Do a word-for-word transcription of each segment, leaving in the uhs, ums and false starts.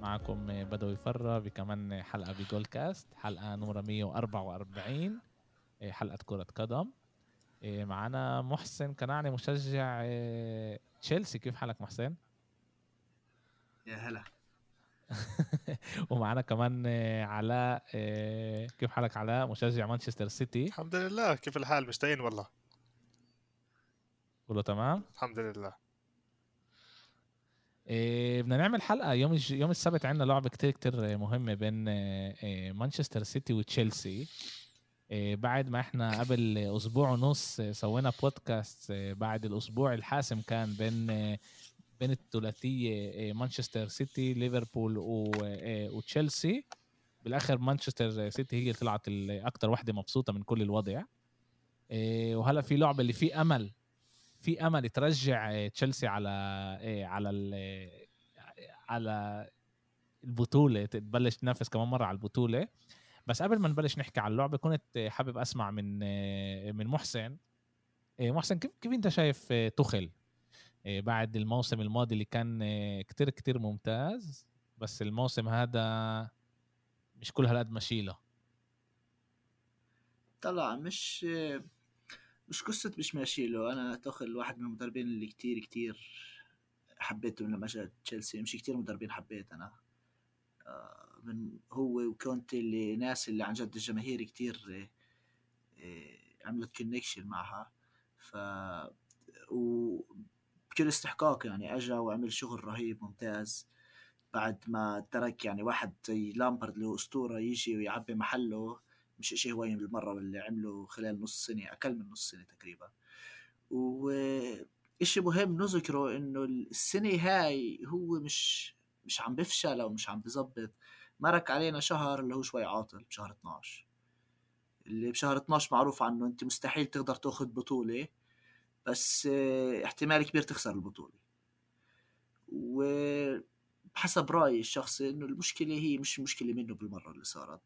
معكم بدوي فرة بكمان حلقة بجول كاست، حلقة نمرة مية وأربعة وأربعين، حلقة كرة قدم. معنا محسن كناعني مشجع تشيلسي. كيف حالك محسن؟ يا هلا. ومعنا كمان علاء. كيف حالك علاء؟ مشجع مانشستر سيتي. الحمد لله. كيف الحال؟ مشتاقين والله. كله تمام الحمد لله. إيه بدنا نعمل حلقة يوم الج... يوم السبت. عندنا لعبة كتير كتير مهمة بين إيه مانشستر سيتي وتشيلسي. إيه بعد ما احنا قبل اسبوع ونص سوينا بودكاست إيه بعد الاسبوع الحاسم كان بين إيه بين الثلاثية إيه مانشستر سيتي ليفربول و... إيه وتشيلسي. بالاخر مانشستر سيتي هي اللي طلعت اكتر واحدة مبسوطة من كل الوضع. إيه وهلا في لعبة اللي في امل في امل ترجع تشيلسي على إيه على ال... على البطولة، تبلش تنافس كمان مرة على البطولة. بس قبل ما نبلش نحكي على اللعبة كنت حابب أسمع من من محسن. محسن كيف كيف أنت شايف تخل بعد الموسم الماضي اللي كان كتير كتير ممتاز، بس الموسم هذا مش كل هالقد مشيله؟ طلع مش مش قصة مش ماشي له. أنا تخل واحد من المدربين اللي كتير كتير حبيته من لما جاء تشيلسي. مش كتير مدربين حبيت أنا من هو وكونتي، اللي ناس اللي عن جد الجماهير كتير عملت كونكشن معها. ف وبكل استحقاق يعني أجا وعمل شغل رهيب ممتاز بعد ما ترك يعني واحد زي لامبرد اللي هو أسطورة يجي ويعبي محله. مش إشي هوين بالمرة اللي عمله خلال نص سنة، أقل من نص سنة تقريبا. وإشي مهم نذكره إنه السنة هاي هو مش مش عم بفشل أو مش عم بزبط. مرك علينا شهر اللي هو شوي عاطل بشهر اثناشر، اللي بشهر اثناشر معروف عنه أنت مستحيل تقدر تأخذ بطولة، بس احتمال كبير تخسر البطولة. وبحسب رأيي الشخصي إنه المشكلة هي مش مشكلة منه بالمرة اللي صارت.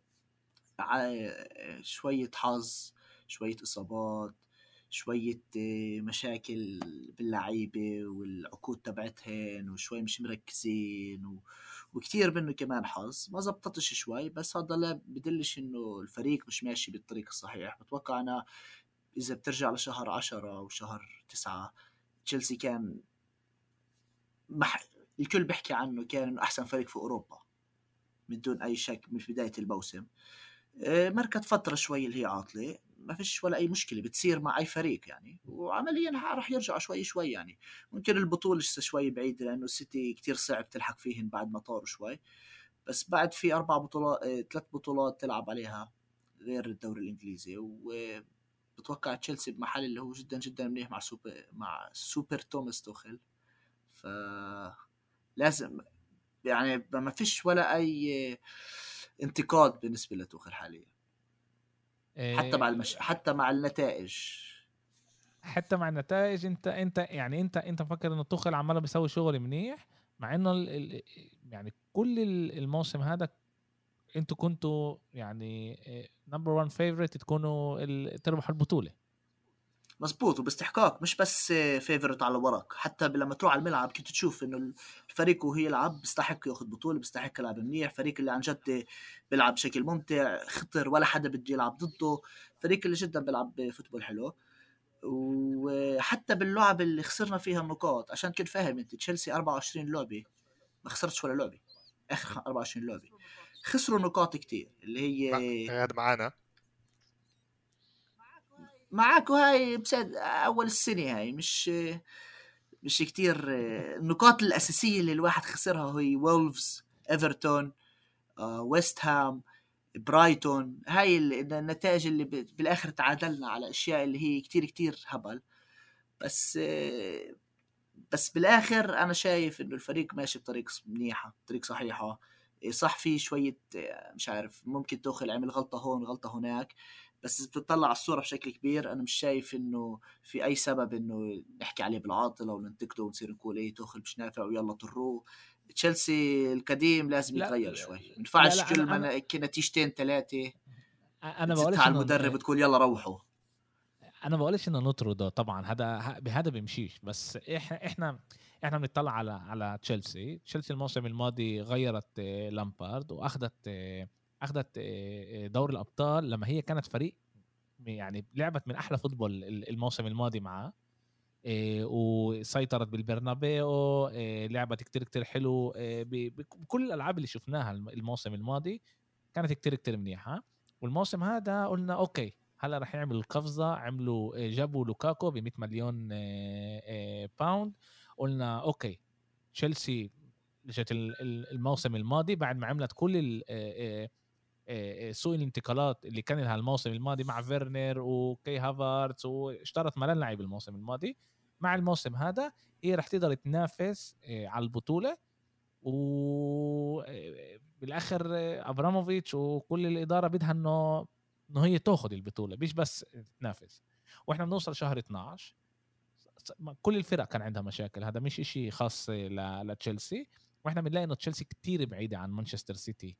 شوية حظ، شوية إصابات، شوية مشاكل باللعيبة والعقود تبعتهن، وشوي مش مركزين و... وكتير منه كمان حظ ما زبطتش شوي. بس هذا لا بدلش إنه الفريق مش ماشي بالطريق الصحيح. بتوقع أنا إذا بترجع لشهر عشرة أو شهر تسعة تشيلسي كان مح... الكل بيحكي عنه كان إنه أحسن فريق في أوروبا من دون أي شك من بداية الموسم. مركت فترة شوي اللي هي عاطلة، ما فيش ولا أي مشكلة بتصير مع أي فريق يعني، وعمليا راح يرجع شوي شوي يعني. ممكن البطولة لسه شوي بعيدة لأنه السيتي كتير صعب تلحق فيهن بعد ما طاروا شوي. بس بعد في أربع بطولات ثلاث بطولات تلعب عليها غير الدوري الإنجليزي. وبتوقع تشيلسي بمحل اللي هو جدا جدا منيح مع سوبر مع سوبر توماس توخل. فلازم يعني ما فيش ولا أي انتقاد بالنسبة لتوخل حاليا، حتى مع المش... حتى مع النتائج حتى مع النتائج انت انت يعني انت انت مفكر انه توخل عماله بيسوي شغل منيح، مع انه ال... ال... يعني كل الموسم هذا انتوا كنتوا يعني نمبر وان فيفورت تكونوا ال... تربحوا البطوله. مزبوط وباستحقاق، مش بس فيفورت على ورق. حتى لما تروح على الملعب كنت تشوف انه الفريق وهو يلعب بيستحق ياخذ بطوله، بيستحق يلعب منيح. فريق اللي عن جد بيلعب بشكل ممتع خطر ولا حدا بده يلعب ضده، فريق اللي جدا بيلعب فوتبول حلو. وحتى باللعب اللي خسرنا فيها النقاط، عشان كنت فاهم انت تشيلسي أربعة وعشرين لعبه ما خسرتش ولا لعبه. اخر أربعة وعشرين لعبه خسروا نقاط كتير اللي هي هذا معانا معاكو. هاي بسد اول السنه، هاي مش مش كتير. النقاط الاساسيه اللي الواحد خسرها هي وولفز، ايفرتون، آه، ويست هام، برايتون. هاي النتائج اللي بالاخر تعادلنا على اشياء اللي هي كتير كتير هبل. بس بس بالاخر انا شايف انه الفريق ماشي بطريق منيحه، طريق صحيحه. صح في شويه مش عارف ممكن توخل عمل غلطه هون غلطه هناك، بس بتطلع على الصوره بشكل كبير انا مش شايف انه في اي سبب انه نحكي عليه بالعاطل او ننتقده ونصير نقول ايه توخل مش نافع ويلا طروه. تشيلسي القديم لازم يتغير شوي. ما ينفعش كل ما نتيجتين ثلاثه انا تزتها على بقولش المدرب انه وتقول يلا روحوا. انا بقولش انه نطرده طبعا، هذا بهذا بيمشيش، بس احنا احنا احنا بنطلع على على تشيلسي. تشيلسي الموسم الماضي غيرت لامبارد واخذت اخذت دوري الابطال لما هي كانت فريق يعني لعبت من احلى فوتبول الموسم الماضي معاه، وسيطرت بالبرنابيو، لعبت كتير كتير حلو بكل الالعاب اللي شفناها الموسم الماضي، كانت كتير كتير منيحه. والموسم هذا قلنا اوكي هلا رح يعمل القفزه، عملوا جابوا لوكاكو ب مية مليون باوند، قلنا اوكي تشيلسي جت الموسم الماضي بعد ما عملت كل سوق الانتقالات اللي كان لها الموسم الماضي مع فيرنر وكي هافارتس، واشترت ملان لعيب الموسم الماضي، مع الموسم هذا هي رح تقدر تنافس على البطوله. وبالاخر ابراموفيتش وكل الاداره بدها انه انه هي تاخذ البطوله مش بس تنافس. واحنا بنوصل شهر اثناشر كل الفرق كان عندها مشاكل، هذا مش إشي خاص لتشيلسي، واحنا بنلاقي انه تشيلسي كتير بعيده عن مانشستر سيتي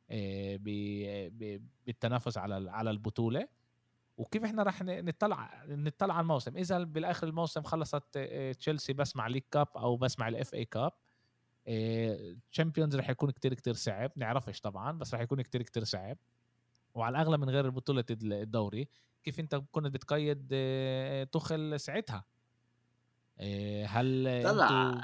بالتنافس على على البطوله. وكيف احنا راح نطلع نطلع على الموسم اذا بالاخر الموسم خلصت تشيلسي بس مع ليج كاب او بس مع الاف اي كاب؟ تشامبيونز رح يكون كتير كتير صعب، نعرفش طبعا بس رح يكون كتير كتير صعب، وعلى الاغلب من غير بطوله الدوري. كيف انت كنت بتقيد تخل ساعتها؟ هل طلع انتو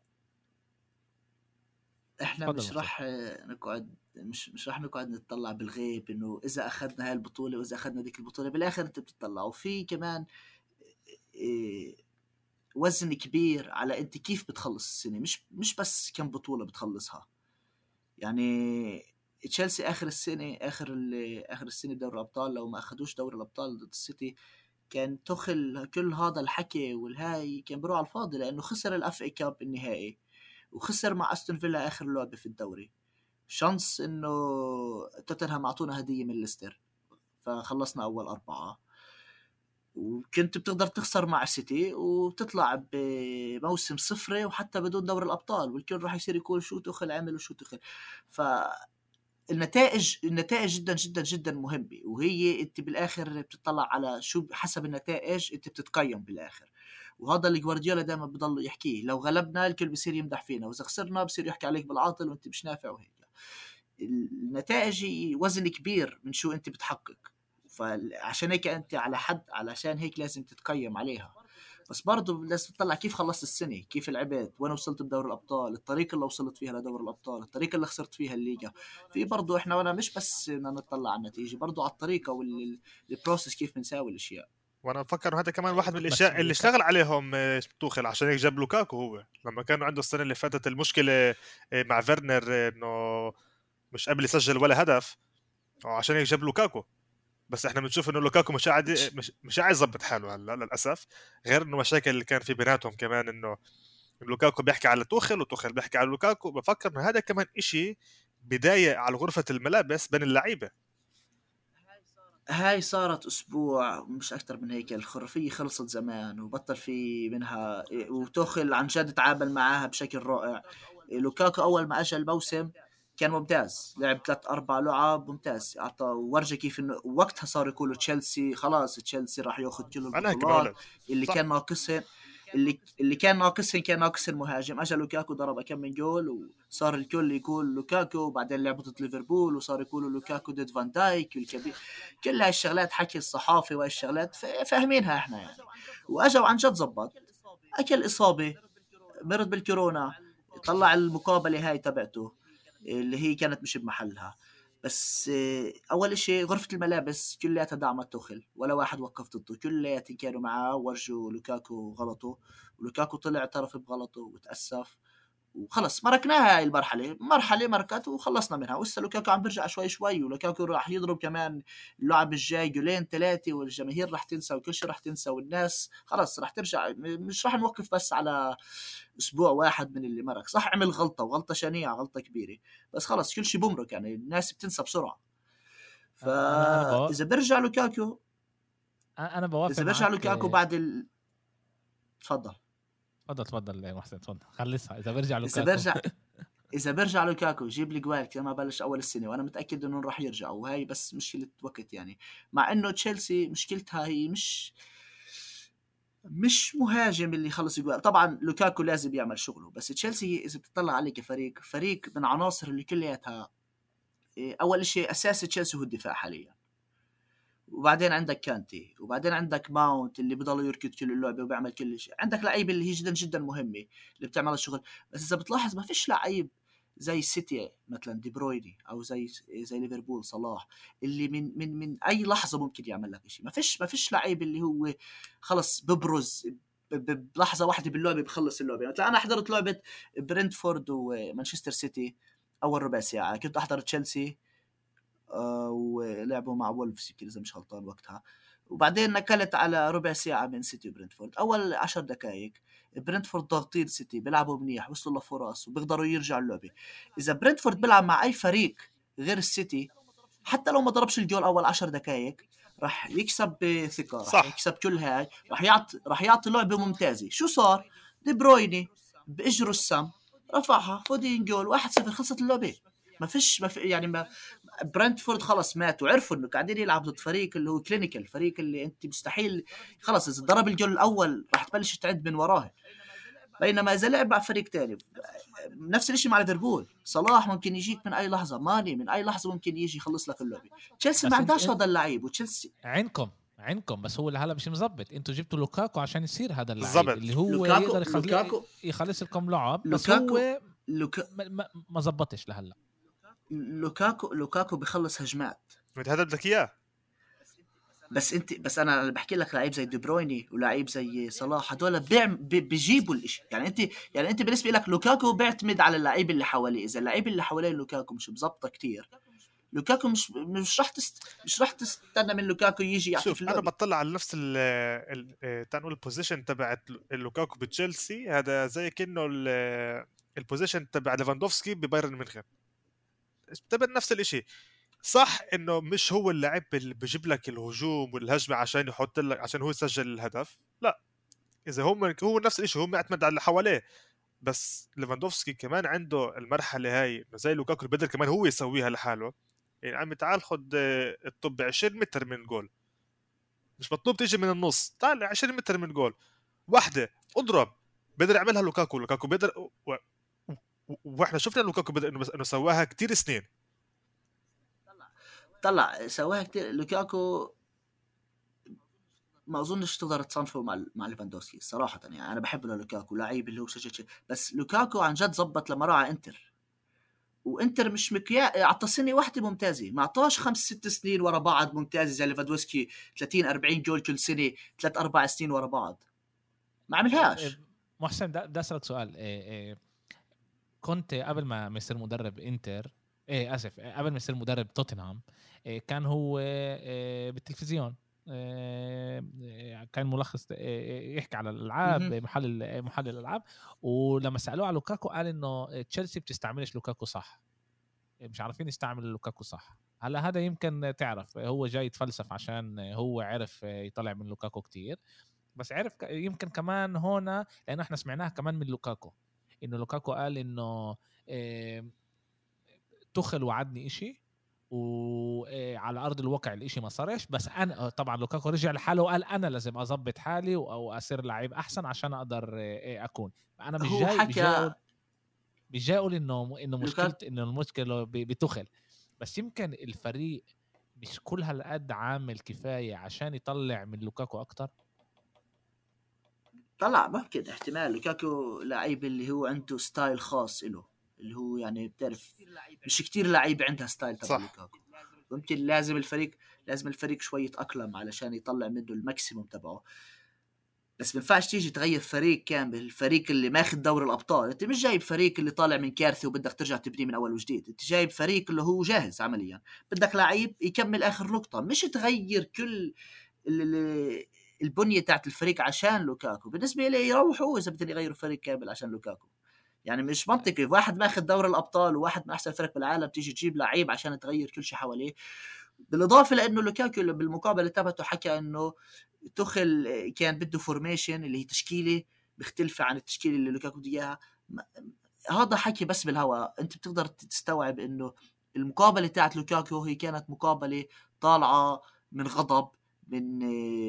احنا مش راح نقعد مش مش راح نقعد نتطلع بالغيب انه اذا اخذنا هاي البطوله واذا اخذنا ديك البطوله، بالاخر انت بتطلع وفي كمان إيه وزن كبير على انت كيف بتخلص السنه، مش مش بس كم بطوله بتخلصها. يعني تشيلسي اخر السنه اخر اخر السنه دوري الابطال لو ما اخذوش دوري الابطال ضد السيتي كان تخل كل هذا الحكي والهاي كان بروح على الفاضي، لانه خسر الاف اي كاب النهائي وخسر مع استون فيلا اخر لعبه في الدوري. شانس انه توتنهام اعطونا هديه من ليستر فخلصنا اول اربعه، وكنت بتقدر تخسر مع السيتي وبتطلع بموسم صفري وحتى بدون دوري الابطال، والكل راح يصير يقول شو تخل عمل وشو تخل. فالنتائج النتائج جدا جدا جدا مهمه، وهي انت بالاخر بتطلع على شو حسب النتائج انت بتتقيم بالاخر. وهذا اللي جوارديولا دائما بضل يحكيه، لو غلبنا الكل بصير يمدح فينا واذا خسرنا بصير يحكي عليك بالعاطل وانت مش نافع وهيك. النتائج وزن كبير من شو انت بتحقق، فعشان هيك انت على حد علشان هيك لازم تتقيم عليها. بس برضو لازم تطلع كيف خلصت السنة، كيف لعبت، وين وصلت بدوري الأبطال، الطريقة اللي وصلت فيها لدوري الأبطال، الطريقة اللي خسرت فيها الليجا. في برضو إحنا وانا مش بس بدنا نطلع على النتيجة، برضو على الطريقة والبروسيس كيف بنساوي الأشياء. وانا بفكر انه هذا كمان واحد من الاشياء اللي اشتغل عليهم توخل، عشان هيك جاب لوكاكو. هو لما كانوا عنده السنه اللي فاتت المشكله مع فيرنر انه مش قبل يسجل ولا هدف، وعشان هيك جاب لوكاكو. بس احنا بنشوف انه لوكاكو مش قاعد مش مش قاعد يظبط حاله هلا للاسف، غير انه مشاكل اللي كان في بيناتهم كمان، انه لوكاكو بيحكي على توخل وتوخل بيحكي على لوكاكو. بفكر انه هذا كمان إشي بدايه على غرفه الملابس بين اللعيبه. هاي صارت أسبوع مش أكتر من هيك، الخرافية خلصت زمان وبطل في منها، وتوخل عن جد تعامل معاها بشكل رائع. لوكاكو أول ما أجى الموسم كان ممتاز، لعب ثلاث أربع لعب ممتاز، أعطى ورجة كيف إنه وقتها صار يقولوا تشيلسي خلاص تشيلسي راح يأخذ كل البطولات اللي صح. كان ناقصهم اللي اللي كان ناقصهم كان ناقص المهاجم. اجى لوكاكو ضرب كم من جول وصار الكل يقول لوكاكو، وبعدين لعبوا ضد ليفربول وصار يقولوا لوكاكو ضد فان دايك والكبير. كل هاي الشغلات حكي الصحافي وهاي الشغلات فاهمينها احنا يعني. واجوا عن جد زبط، اكل اصابه، مرض بالكورونا، طلع المقابله هاي تبعته اللي هي كانت مش بمحلها. بس اول شيء غرفه الملابس كلها دعمت توخل، ولا واحد وقف ضده، كلها كانوا معاه ورجوا لوكاكو غلطه، ولوكاكو طلع اعترف بغلطه وتاسف، وخلص مركناها هاي المرحله، مرحله مركت وخلصنا منها. وهسه لوكاكو عم برجع شوي شوي، ولوكاكو راح يضرب كمان اللعب الجاي جولين ثلاثه، والجماهير راح تنسى وكل شيء راح تنسى، والناس خلص راح ترجع. مش راح نوقف بس على اسبوع واحد من اللي مرق. صح عمل غلطه وغلطه شنيعه غلطه كبيره، بس خلص كل شيء بمرق يعني، الناس بتنسى بسرعه. فاذا برجع لوكاكو انا بوافق اذا برجع لوكاكو بعد ال... تفضل تفضل تفضل يا محسن تفضل خلصها. اذا برجع لوكاكو اذا برجع اذا بيرجع لوكاكو يجيب لي جوال كما بلش اول السنه، وانا متاكد انه راح يرجع، وهي بس مشكله وقت يعني. مع انه تشيلسي مشكلتها هي مش مش مهاجم اللي يخلص جوال، طبعا لوكاكو لازم يعمل شغله، بس تشيلسي اذا بتطلع عليه كفريق، فريق من عناصر اللي كلياتها اول شيء اساسي تشيلسي هو الدفاع حاليا، وبعدين عندك كانتي، وبعدين عندك ماونت اللي بضل يركض كل اللعبه وبيعمل كل شيء، عندك لعيبه اللي هي جدا جدا مهمه اللي بتعمل الشغل. بس اذا بتلاحظ ما فيش لعيب زي سيتي مثلا دي برويني، او زي زي ليفربول صلاح اللي من من من اي لحظه ممكن يعمل لك شيء. ما فيش ما فيش لعيب اللي هو خلص ببرز بلحظه واحده باللعبه بخلص اللعبه. مثلا انا حضرت لعبه برنتفورد ومانشستر سيتي اول ربع ساعه، كنت احضر تشيلسي آه ولعبوا مع وولفز يمكن اذا مش غلطان وقتها، وبعدين نكلت على ربع ساعه من سيتي وبرنتفورد. اول عشر دقائق برنتفورد ضاغطين سيتي، بيلعبوا منيح، وصلوا لفرص وبيقدروا يرجعوا اللعبه. اذا برنتفورد بيلعب مع اي فريق غير السيتي، حتى لو ما ضربش الجول اول عشر دقائق، راح يكسب بثقه، راح يكسب كل هاي، راح يعطي راح يعطي لعبه ممتازه. شو صار؟ دي برويني باجره السم رفعها فودين جول واحد صفر، خلصت اللعبه. ما فيش ما في يعني ما برنتفورد خلص مات، وعرفوا انه قاعدين يلعبوا ضد فريق اللي هو كلينيكال، فريق اللي انت مستحيل خلص اذا ضرب الجول الاول راح تبلش تعد من وراه. بينما اذا لعب مع فريق تاني، نفس الشيء مع ليفربول، صلاح ممكن يجيك من اي لحظه، ماني من اي لحظه ممكن يجي يخلص لك اللعبه. تشيلسي ما عندهاش هذا اللعيب، وتشيلسي عندكم عندكم بس هو اللي هلا مش مزبط. انتوا جبتوا لوكاكو عشان يصير هذا اللعيب بالزبط. اللي هو لوكاكو يقدر يخلص لوكاكو يخلص لكم لعب، بس لوكاكو هو لوكا ما, ما زبطش لهلا. لوكاكو لوكاكو بيخلص هجمات، هذا بدك اياه. بس انت بس انا بحكي لك لعيب زي دي برويني ولاعيب زي صلاح، هدول بيجيبوا الاشي. يعني انت يعني انت بالنسبه لك لوكاكو بيعتمد على اللعيب اللي حواليه. اذا اللعيب اللي حواليه لوكاكو مش مزبطه كتير، لوكاكو مش مش راح تست... مش راح تستنى من لوكاكو يجي يعطيك اللعبه. انا بطلع على نفس ال ال تنقول البوزيشن تبعت لوكاكو بتشيلسي، هذا زي كأنه البوزيشن تبع ليفاندوفسكي ببايرن ميونخ، تبع نفس الاشي. صح انه مش هو اللاعب اللي بيجيب لك الهجوم والهجمه عشان يحط لك عشان هو يسجل الهدف، لا، اذا هم هو نفس الشيء، هو معتمد على اللي حواليه. بس ليفاندوفسكي كمان عنده المرحله هاي انه زي لوكاكو بقدر كمان هو يسويها لحاله. يعني عم تعال خد الطب عشرين متر من جول، مش مطلوب تيجي من النص، تعال عشرين متر من جول واحده اضرب. بقدر يعملها لوكاكو لوكاكو بقدر و... و... واحنا شفنا لوكاكو بقدر انه انه سواها كتير سنين، طلع سواها كتير. لوكاكو ما اظنش تقدر تصنفه مع مع ليفاندوفسكي صراحه. يعني انا بحب لوكاكو لاعب اللي هو شجع، بس لوكاكو عن جد زبط لما راح انتر، وانتر مش مكيا عطى سنه واحده ممتازه، ما عطاش خمس ست سنين ورا بعض ممتازه زي ليفاندوفسكي ثلاثين أربعين جول كل سنه ثلاث اربع سنين ورا بعض، ما عملهاش. محسن ده, ده اسالك سؤال. إيه إيه كنت قبل ما يصير مدرب انتر، ايه اسف قبل ما يصير مدرب توتنهام، إيه كان هو إيه بالتلفزيون، إيه كان ملخص إيه يحكي على الالعاب، محلل محلل الالعاب، ولما سالوه على لوكاكو قال انه تشيلسي بتستعملش لوكاكو صح، مش عارفين يستعمل لوكاكو صح. هلا هذا يمكن تعرف هو جاي يتفلسف عشان هو عرف يطلع من لوكاكو كتير، بس عرف يمكن كمان هنا لأنه احنا سمعناها كمان من لوكاكو، إنه لوكاكو قال إنه إيه تخل وعدني إشي وعلى أرض الواقع الإشي ما صارش، بس أنا طبعا لوكاكو رجع لحاله وقال أنا لازم أضبط حالي أو أصير لعيب أحسن عشان أقدر إيه أكون. أنا مش جاي مش جاي أقول مش جاي أقول إنه إنه مشكلة إنه المشكلة بتخل، بس يمكن الفريق مش كل هالقد عامل كفاية عشان يطلع من لوكاكو أكتر. طلع ممكن احتمال لوكاكو لعيب اللي هو عنده ستايل خاص له، اللي هو يعني بتعرف مش كتير لعيب عندها ستايل تبع لوكاكو. ممكن لازم الفريق لازم الفريق شوية يتأقلم علشان يطلع منه الماكسيموم تبعه. بس ما ينفعش تيجي تغير فريق كامل، الفريق اللي ماخذ دوري الأبطال. انت مش جايب فريق اللي طالع من كارثة وبدك ترجع تبنيه من أول وجديد، انت جايب فريق اللي هو جاهز عمليا، بدك لعيب يكمل آخر نقطة، مش تغير كل اللي البنية تاعت الفريق عشان لوكاكو. بالنسبة لي يروحوا إذا بدهم يغيروا فريق كامل عشان لوكاكو، يعني مش منطقي واحد ماخذ دوري الأبطال وواحد من أحسن فرق بالعالم تيجي تجيب لعيب عشان تغير كل شيء حواليه. بالإضافة لأنه لوكاكو بالمقابلة تبعته حكى إنه تخل كان بده فورميشن اللي هي تشكيلة مختلفة عن التشكيلة اللي لوكاكو بده إياها. هذا حكي بس بالهواء. انت بتقدر تستوعب انه المقابله تاعت لوكاكو هي كانت مقابله طالعه من غضب، من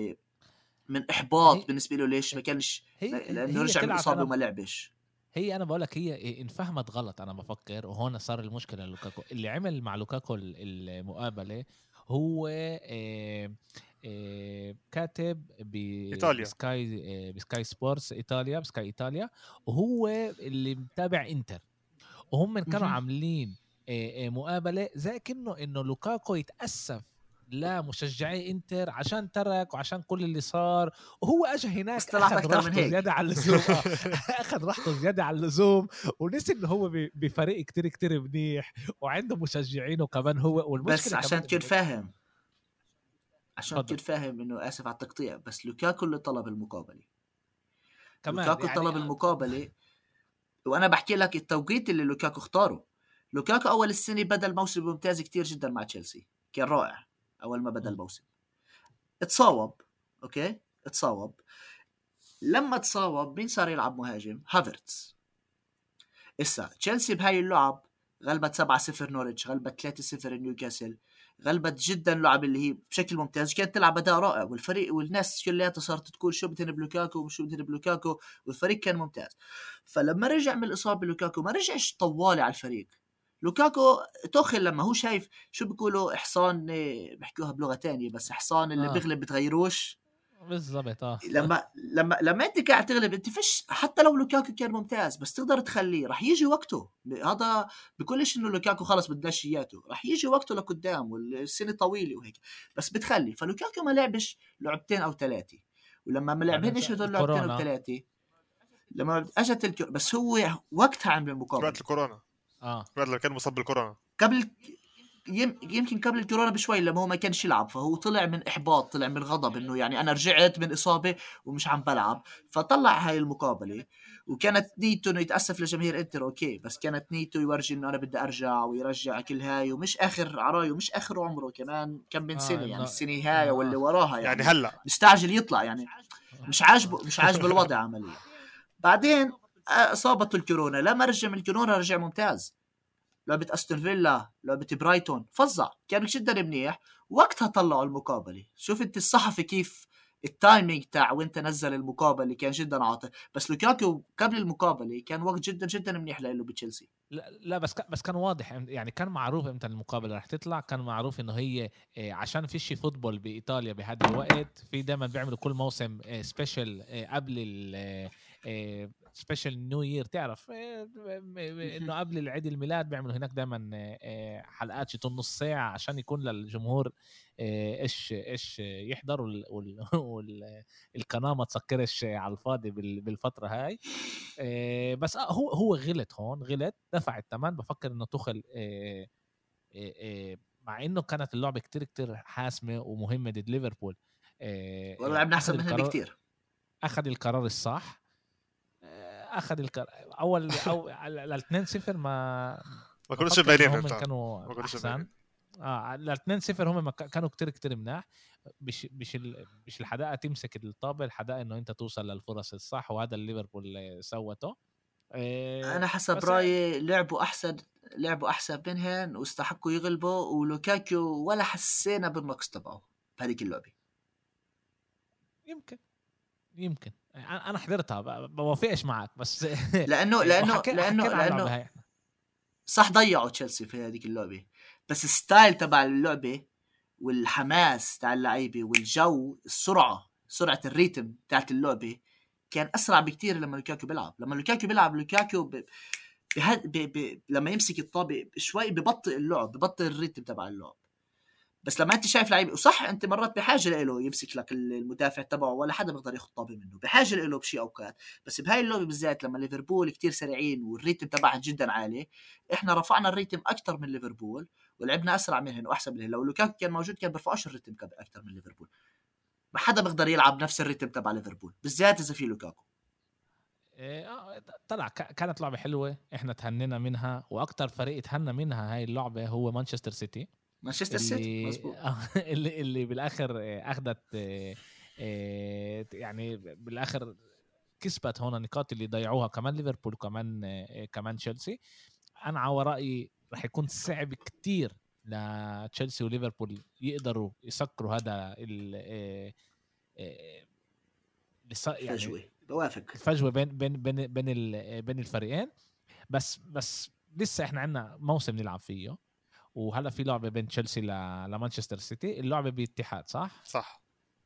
من احباط هي بالنسبه له. ليش ما كانش؟ هي لانه هي رجع من طلعت الاصابه انا وما لعبش. هي انا بقول لك هي انفهمت غلط انا بفكر، وهون صار المشكله لوكاكو. اللي عمل مع لوكاكو المقابله هو آه، آه، كاتب إيطاليا. بسكاي آه، بسكاي سبورتس ايطاليا، بسكاي ايطاليا، وهو اللي متابع انتر، وهم من كانوا مهم. عاملين آه، آه، مقابله زي كأنه انه لوكاكو يتاسف لمشجعي انتر عشان ترك وعشان كل اللي صار، وهو اجى بس هناك طلعت اخذ اكثر من راحته هيك. زياده على اللزوم. اه اخذ راحته زياده على اللزوم، ونسي انه هو ب- بفريق كتير كتير منيح وعنده مشجعينه كمان هو. بس والمشكله عشان كمان تكون انه فاهم عشان اتفضل تكون فاهم انه اسف على التقطيع، بس لوكاكو اللي طلب المقابله. كمان لوكاكو يعني طلب المقابله، وانا بحكي لك التوقيت اللي لوكاكو اختاره. لوكاكو اول السنه بدا الموسم ممتاز كتير جدا مع تشيلسي، كان رائع اول ما بدا م. الموسم. اتصاوب، اوكي اتصاوب. لما تصاوب مين صار يلعب مهاجم؟ هافرتز. اسا تشيلسي بهاي اللعب غلبت سبعة صفر نوريتش، غلبت ثلاثة صفر نيوكاسل، غلبت جدا لعب اللي هي بشكل ممتاز، كانت تلعب اداء رائع، والفريق والناس كلها صارت تقول شو بدهن بلوكاكو وشو بدهن بلوكاكو، والفريق كان ممتاز. فلما رجع من الاصابه لوكاكو ما رجعش طوالي على الفريق. لوكاكو توخل لما هو شايف شو بيقولوا احصان، بحكوها بلغه تانية، بس احصان اللي اه بيغلب بتغيروش. بالضبط اه لما لما لما انت قاعد تغلب انت فيش، حتى لو لوكاكو كان ممتاز بس تقدر تخليه، راح يجي وقته. هذا بكلش انه لوكاكو خلص بدناش اياته، راح يجي وقته لقدام والسنه طويله وهيك، بس بتخلي. فلوكاكو ما لعبش لعبتين او ثلاثه، ولما ما بعدين لعبهنش جا هدول لعبتين او الكورونا. ثلاثه لما اجت الك... بس هو وقتها عمل وقت المقابله الكورونا، اه وقت لما كان مصاب بالكورونا. قبل يم... يمكن قبل الكورونا بشوي لما هو ما كانش يلعب، فهو طلع من احباط، طلع من غضب انه يعني انا رجعت من اصابه ومش عم بلعب، فطلع هاي المقابله. وكانت نيته انه يتاسف لجماهير انتر، اوكي، بس كانت نيته يورجي انه انا بدي ارجع ويرجع كل هاي، ومش اخر عرايه ومش اخر عمره، كمان كم من اه سنه، يعني انه السنه هاي انه واللي اه وراها، يعني يعني هلا مستعجل يطلع، يعني مش عاجبه آه. مش عاجبه الوضع عمليا. بعدين اصابته الكورونا، لما رجع من الكورونا رجع ممتاز. لعبة أستون فيلا، لعبة برايتون، فظع، كان جدا منيح. وقتها طلعوا المقابلة. شوف انت الصحفي كيف التايمينج تاع وانت نزل المقابلة كان جدا عاطل. بس لوكاكو قبل المقابلة كان وقت جدا جدا منيح له بتشيلسي. لا لا بس بس كان واضح، يعني كان معروف امتى المقابله رح تطلع، كان معروف انه هي آه، عشان فيش فوتبول بايطاليا بهذا الوقت، في دائما بيعملوا كل موسم سبيشال قبل ال سبيشال نيو يير، تعرف آه، انه قبل العيد الميلاد بيعملوا هناك دائما حلقات شي نص ساعه عشان يكون للجمهور آه، ايش ايش يحضروا والقناه ما تسكرش على الفاضي بالفتره هاي. إيه بس آه هو هو غلط هون، غلط دفع الثمن. بفكر انه تخل إيه إيه إيه مع انه كانت اللعبه كتير كتير حاسمه ومهمه ضد ليفربول، إيه والله إيه لعبنا اخذ أحسن منهم القرار، بكتير. اخذ القرار الصح. إيه اخذ القرار اول او ال اثنين صفر، ما ما كانوش بفكر انه باينين هم فهمت، كانوا ما كانوش احسن. باينين. اه ال اثنين صفر هم كانوا كتير كتير مناح. مش مش ال... مش الحداقه تمسك الطابه، الحداقه انه انت توصل للفرص الصح، وهذا اللي ليفربول سوته. إيه أنا حسب بس رأيي لعبوا أحسن لعبوا أحسن منهن واستحقوا يغلبوا، ولوكاكو ولا حسينا بالنقص تبعه بهذيك اللعبة. يمكن يمكن انا أنا حضرتها، ب- بوافقش معك بس لأنه لأنه وحكي لأنه حكينا عن اللعبه لأنه هاي احنا. صح ضيعوا تشيلسي في هذيك اللعبة، بس الستايل تبع اللعبة والحماس تاع اللعيبة والجو، السرعة سرعة الريتم تاعت اللعبة كان أسرع بكتير لما لوكاكو بيلعب. لما لوكاكو بيلعب لوكاكو ب... بهد... ب... ب... لما يمسك الطابة شوي ببطئ اللعب، ببطئ الريتم تبع اللعب. بس لما انت شايف لعيب، وصح انت مرات بحاجه له يمسك لك المدافع تبعه، ولا حدا بيقدر ياخذ طابه منه، بحاجه له بشي اوقات. بس بهاي اللعبه بالذات لما ليفربول كتير سريعين والريتم تبعهم جدا عالي، احنا رفعنا الريتم اكثر من ليفربول ولعبنا اسرع منهم واحسن منهم. لو لوكاكو كان موجود كان بيرفعوش الريتم اكثر من ليفربول. ما حدا بيقدر يلعب نفس الريتم تبع ليفربول بالذات اذا في لوكاكو. إيه، آه، طلع ك- كانت لعبه حلوه، احنا تهنينا منها، واكتر فريق تهنى منها هاي اللعبه هو مانشستر سيتي، مانشستر سيتي اللي مزبوط. اللي اللي بالاخر آه، اخذت آه، آه، يعني بالاخر كسبت هون النقاط اللي ضيعوها كمان ليفربول وكمان كمان تشيلسي. انا على رايي راح يكون صعب كتير لتشيلسي وليفربول يقدروا يسكروا هذا ال يعني الفجوه. بوافق الفجوه بين بين بين بين بين الفريقين. بس بس لسه احنا عندنا موسم نلعب فيه، وهلا في لعبه بين تشيلسي لمانشستر سيتي. اللعبه باتحاد صح صح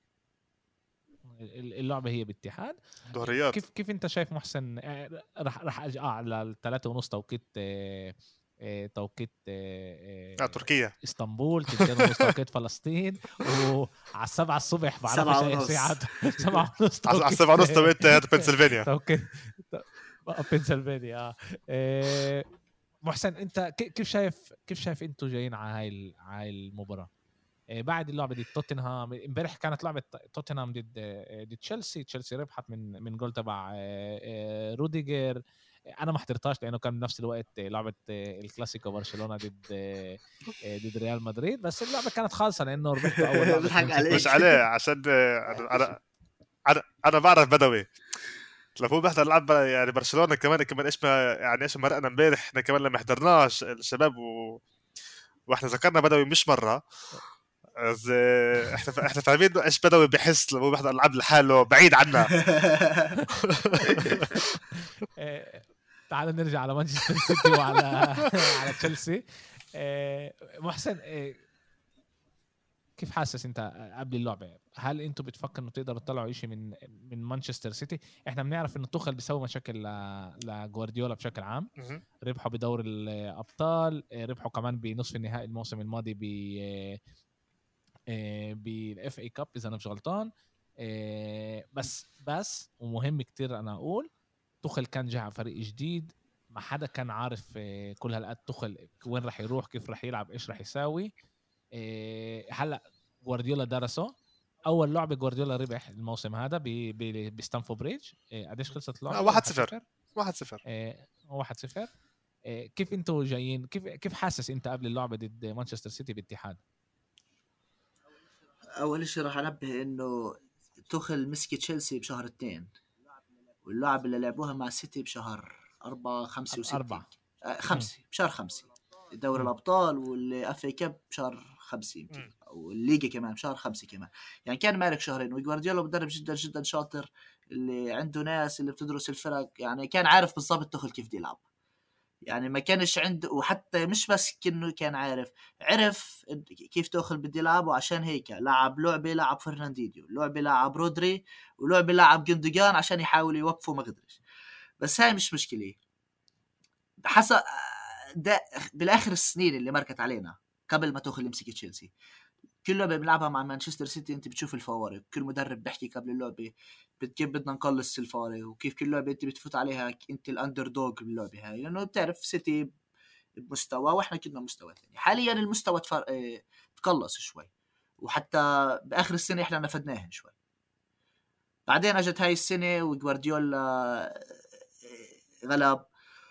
اللعبه هي باتحاد دوريات. كيف كيف انت شايف محسن؟ راح راح اجي اه على الثلاثة ونص توقيت آه آه توقيت آه آه تركيا اسطنبول، تنتين ونص توقيت فلسطين، وعلى السبعة الصبح بعرفش اي ساعة سبعة ونص على السبعة ونص توقيت بنسلفانيا توقيت بنسلفانيا اه محسن انت كيف شايف كيف شايف انتوا جايين على هاي هاي المباراة بعد اللعبة دي؟ توتنهام امبارح كانت لعبة توتنهام ضد ضد تشيلسي، تشيلسي ربحت من من جول تبع روديجر. انا ما حضرتهاش لانه كان بنفس الوقت لعبة الكلاسيكو برشلونة ضد ضد ريال مدريد، بس اللعبة كانت خالصة لانه ربحتوا اول لعبة. مش عليه عشان انا انا انا بعرف بدوي لما هو بيحضر لعب يعني برشلونة كمان كمان ايش ما يعني ايش مرقنا امبارح احنا كمان لما حضرناش الشباب و... واحنا ذكرنا بدوي مش مرة. از احنا احنا فاهمين ايش بدوي بحس لما هو بيحضر العاب لحاله بعيد عنا. تعال نرجع على مانشستر سيتي وعلى على تشيلسي. محسن كيف حاسس انت قبل اللعبه؟ هل انتوا بتفكروا انه تقدروا تطلعوا شيء من من مانشستر سيتي؟ احنا بنعرف انه توخل بيسوي مشاكل لجوارديولا بشكل عام. ربحوا بدور الابطال، ربحوا كمان بنصف النهائي الموسم الماضي ب بالاف اي كاب اذا انا مش غلطان. بس بس ومهم كتير انا اقول توخل كان جاء فريق جديد، ما حدا كان عارف كل هالقد توخل وين راح يروح، كيف راح يلعب، ايش راح يساوي. هلا جوارديولا درسه. اول لعبه جوارديولا ربح الموسم هذا بستانفورد بريدج. قديش خلصت اللعبه؟ واحد صفر واحد صفر واحد صفر. كيف انتوا جايين؟ كيف كيف حاسس انت قبل اللعبه ضد مانشستر سيتي باتحاد؟ اول شيء راح انبه انه توخل مسك تشيلسي بشهر اثنين، واللعب اللي لعبوها مع سيتي بشهر أربعة خمسة وستين أربعة آه خمسة بشهر خمسة. دوري الأبطال والأف اي كاب بشهر خمسة يمكن، أو الليجا كمان بشهر خمسة كمان. يعني كان مالك شهرين. وجوارديولا مدرب جدا جدا شاطر، اللي عنده ناس اللي بتدرس الفرق، يعني كان عارف بالضبط توخل كيف دي يلعب. يعني ما كانش عنده، وحتى مش بس كأنه كان عارف عرف كيف توخل بده يلعب، وعشان هيك لعب لعبة لعب فرناندينيو، لعبة لعب رودري، ولعبة لعب جندوجان عشان يحاول يوقفه ما قدرش. بس هاي مش مشكلة. حسب ده بالآخر السنين اللي مركت علينا قبل ما توخل يمسك تشيلسي، كل لعبة بنلعبها مع مانشستر سيتي انت بتشوف الفوارق. كل مدرب بيحكي قبل اللعبة كيف بدنا نقلص الفوارق، وكيف كل لعبة انت بتفوت عليها انت الاندر دوغ باللعبة هاي، لانه بتعرف سيتي بمستوى واحنا كنا مستوى ثاني. حاليا المستوى تفر... اه... تقلص شوي، وحتى باخر السنة احنا نفدناهن شوي. بعدين اجت هاي السنة وجوارديولا غلب،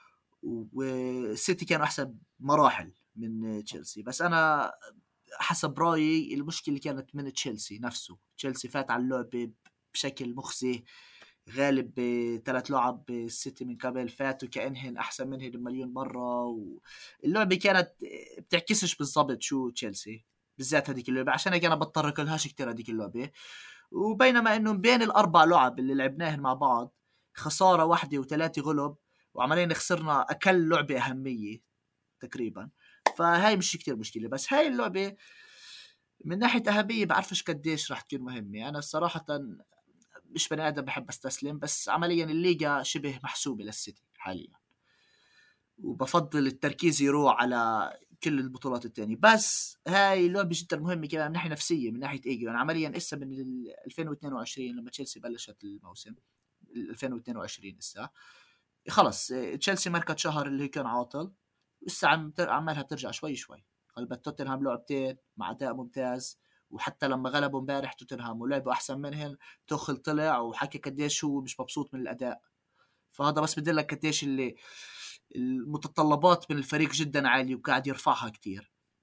وسيتي كانوا احسن مراحل من تشيلسي. بس انا حسب رأيي المشكلة كانت من تشيلسي نفسه. تشيلسي فات على اللعبة بشكل مخزي، غالب بثلاث لعب السيتي من قبل فاتوا كأنهن أحسن منهن بمليون مرة، واللعبة كانت بتعكسش بالضبط شو تشيلسي بالذات هذيك اللعبة. عشان هيك أنا بضطر كلهاش كتير هذيك اللعبة. وبينما إنه بين الأربع لعب اللي لعبناهن مع بعض خسارة واحدة وثلاثة غلب، وعملين خسرنا أكل لعبة أهمية تقريبا. فهاي مش كتير مشكلة. بس هاي اللعبة من ناحية أهمية بعرفش قديش راح تكون مهمة. أنا الصراحة مش بني آدم بحب استسلم، بس عمليا الليغا شبه محسوبة للسيتي حاليا، وبفضل التركيز يروح على كل البطولات التانية. بس هاي اللعبة جدا مهمة كمان من ناحية نفسية، من ناحية إيجو. يعني عمليا إسا من ألفين واثنين وعشرين لما تشيلسي بلشت الموسم ألفين واثنين وعشرين إسا خلص تشيلسي مركت شهر اللي كان عاطل، إسا عم عمالها بترجع شوي شوي. غلبت توتنهام لعبتين مع أداء ممتاز، وحتى لما غلبوا امبارح توتنهام ولعبوا احسن منهم توخل طلع وحكى قديش هو مش مبسوط من الاداء. فهذا بس بدلك قديش اللي المتطلبات من الفريق جدا عاليه وقاعد يرفعها كتير.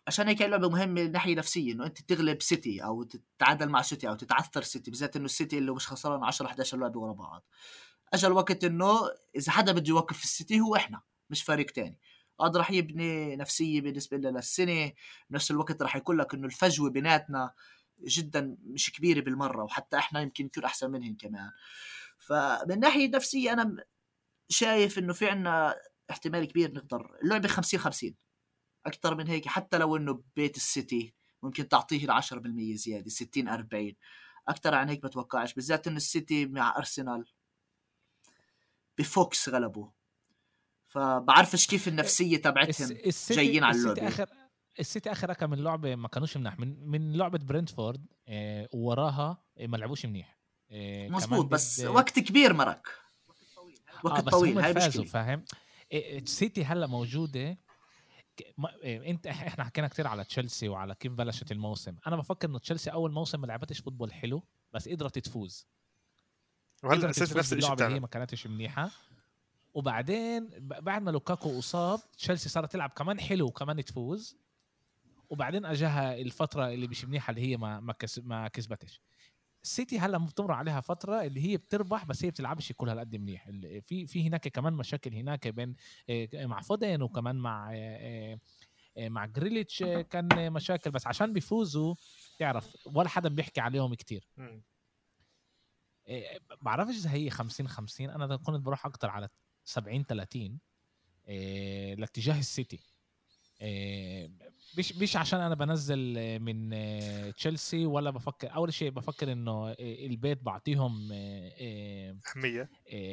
عشان هيك اللعبة مهمة من ناحية نفسية، إنه أنت تغلب سيتي أو تتعادل مع سيتي أو تتعثر سيتي، بالذات إنه السيتي اللي مش خسران عشرة إحدى عشر لعبة ورا بعض. أجا الوقت إنه إذا حدا بده يوقف في السيتي هو إحنا مش فريق تاني. هذا راح يبني نفسية بالنسبة لنا للسنة. بنفس الوقت راح يقول لك إنه الفجوة بيناتنا جدا مش كبيرة بالمرة، وحتى إحنا يمكن نكون أحسن منهم كمان. فمن ناحية نفسية أنا شايف إنه في عنا احتمال كبير نقدر اللعبة خمسين خمسين أكتر من هيك. حتى لو إنه بيت السيتي ممكن تعطيه العشرة بالمية زيادة، ستين أربعين أكتر عن هيك بتوقعش، بالذات إنه السيتي مع أرسنال بفوكس غلبوا، فبعرفش كيف النفسية تبعتهم جايين على اللعبة. آخر السيتي آخر كم من لعبة ما كانوش منيح، من من لعبة برينتفورد اه ووراها ما لعبوش منيح. اه مزبوط، بس وقت كبير مرق، وقت آه طويل، هاي مشكلة. فاهم؟ السيتي هلا موجودة. انت احنا حكينا كتير على تشيلسي وعلى كيف بلشت الموسم. انا بفكر انه تشيلسي اول موسم ما لعبتش فوتبول حلو، بس قدرت تفوز. وهلا اساس نفس الشيء اللعبه هي ما كانتش منيحه، وبعدين بعد ما لوكاكو اصاب تشيلسي صارت تلعب كمان حلو وكمان تفوز، وبعدين اجاها الفتره اللي مش منيحه اللي هي ما ما, كسب ما كسبتش. السيتي هلا بتمر عليها فتره اللي هي بتربح بس هي بتلعبش كلها قد منيح. في في هناك كمان مشاكل هناك بين مع فودين وكمان مع مع جريليتش كان مشاكل، بس عشان بيفوزوا تعرف ولا حدا بيحكي عليهم كتير. بعرفش إذا هي خمسين خمسين، أنا كنت بروح أكتر على سبعين ثلاثين لاتجاه السيتي. مش مش عشان أنا بنزل من تشيلسي ولا بفكر. أول شيء بفكر إنه البيت بعطيهم أهمية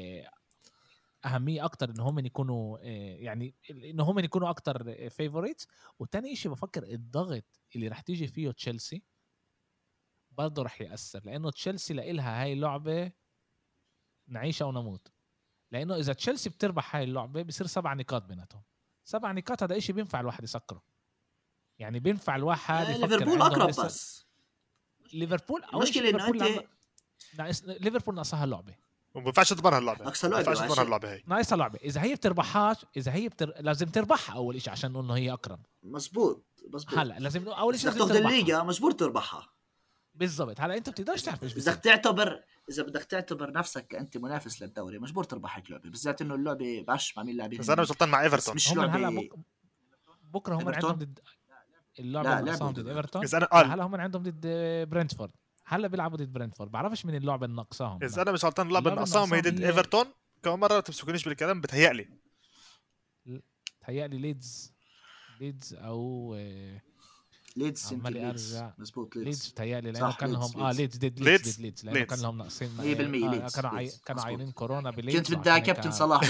أهمية أكتر إن هم يكونوا يعني إن هم يكونوا أكتر فيفوريتس. وتاني إشي بفكر الضغط اللي رح تيجي فيه تشيلسي برضه رح يأثر، لأنه تشيلسي لإلها هاي اللعبة نعيش أو نموت. لأنه إذا تشيلسي بتربح هاي اللعبة بيصير سبع نقاط بيناتهم. سبع نقاط هذا إشي بينفع الواحد يسكره، يعني بينفع الواحد يفكر. ليفربول أقرب، بس ليفربول المشكلة إنه أنت ناقص ليفربول ناقصها اللعبة وما ينفعش تضمنها اللعبة. ما ينفعش تضمنها اللعبة هي ناقصها لعبة. إذا هي بتربحهاش، إذا هي بتر... لازم تربحها أول شيء عشان إنه هي أقرب. مزبوط مزبوط. هلا لازم أول شيء تاخذ الليجا مجبور تربحها. بالضبط. هلا أنت بتقدرش تعرف إيش إذا تعتبر إذا بدك تعتبر نفسك أنت منافس للدوري مجبور تربح هيك لعبة، بالذات إنه اللعبة بعرفش مع مين لاعبين. بس أنا غلطان مع إيفرتون. مش لعبة هلا بك... بكرة هم عندهم ضد اللعبة ناقصهم ضد إيفرتون. هلا هم عندهم ضد برينتفورد. هلا بيلعبوا ضد برينتفورد. بعرفش من اللعبة اللي ناقصاهم. إذا أنا مش غلطان اللعبة ناقصاهم هي ضد إيفرتون. كم مرة تمسكونيش بالكلام بتهيألي تهيألي ليدز ليدز أو ليدز مزبوط. ليدز تهيألي لأنه كان لهم آه ليدز ضد ليدز ليدز لأنه كان لهم ناقصين مية بالمية ليدز. كانوا عاي... كانوا عاينين كورونا بليدز. كنت بدي كابتن صلاح.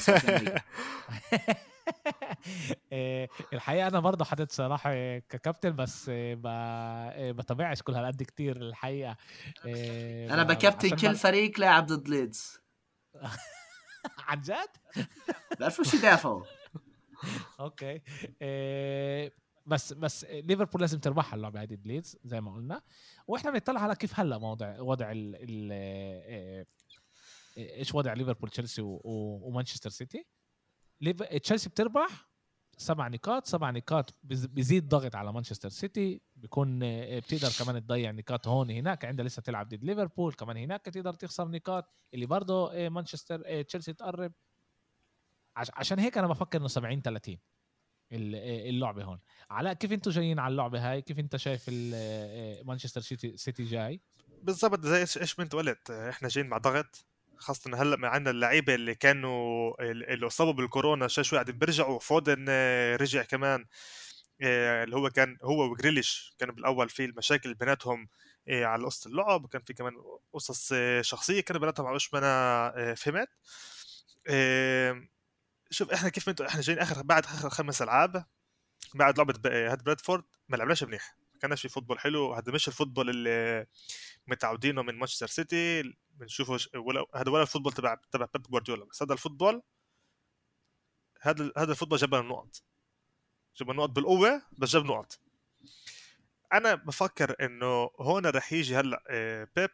الحقيقة أنا برضه حطيت صلاح ككابتن، بس بتابعش كل هالقد كتير الحقيقة. أنا بكابتن كل فريق لاعب ضد ليدز. عن جد؟ بعرفوش يدافعوا. أوكي. بس بس ليفربول لازم تربح اللعبة هذه ليدز زي ما قلنا. وإحنا بنطلع على كيف هلا موضع وضع ال ال إيش وضع ليفربول تشيلسي ومانشستر سيتي. تشيلسي بتربح سبع نقاط سبع نقاط بيزيد ضغط على مانشستر سيتي. بيكون بتقدر كمان تضيع نقاط هون هناك عندها لسه تلعب ضد ليفربول كمان هناك تقدر تخسر نقاط اللي برضه مانشستر تشيلسي تقرب. عشان هيك انا بفكر انه سبعين ثلاثين اللعبه هون. علاء كيف انتوا جايين على اللعبه هاي؟ كيف انت شايف مانشستر سيتي سيتي جاي؟ بالضبط زي ايش ما انت قلت، احنا جايين مع ضغط، خاصة هلا ما عندنا اللعيبة اللي كانوا اللي اصابوا بالكورونا شوي شوي قاعدين بيرجعوا. فودن رجع كمان، اللي هو كان هو وجريليش كانوا بالاول في المشاكل بيناتهم على قصة اللعب، وكان في كمان قصص شخصية كانوا بيناتهم على وش ما انا فهمت. شوف احنا كيف انتوا احنا جايين اخر بعد اخر خمس العاب بعد لعبة هاد برادفورد ما لعبناش منيح، ما كانش في فوتبول حلو. هذا مش الفوتبول اللي متعودينه من مانشستر سيتي بنشوفه، ولا هذا ولا الفوتبول تبع تبع بيب جوارديولا. بس هذا الفوتبول هذا هذا الفوتبول جاب لنا نقط، جاب نقط بالقوه بس جاب نقط. انا بفكر انه هون رح يجي هلا بيب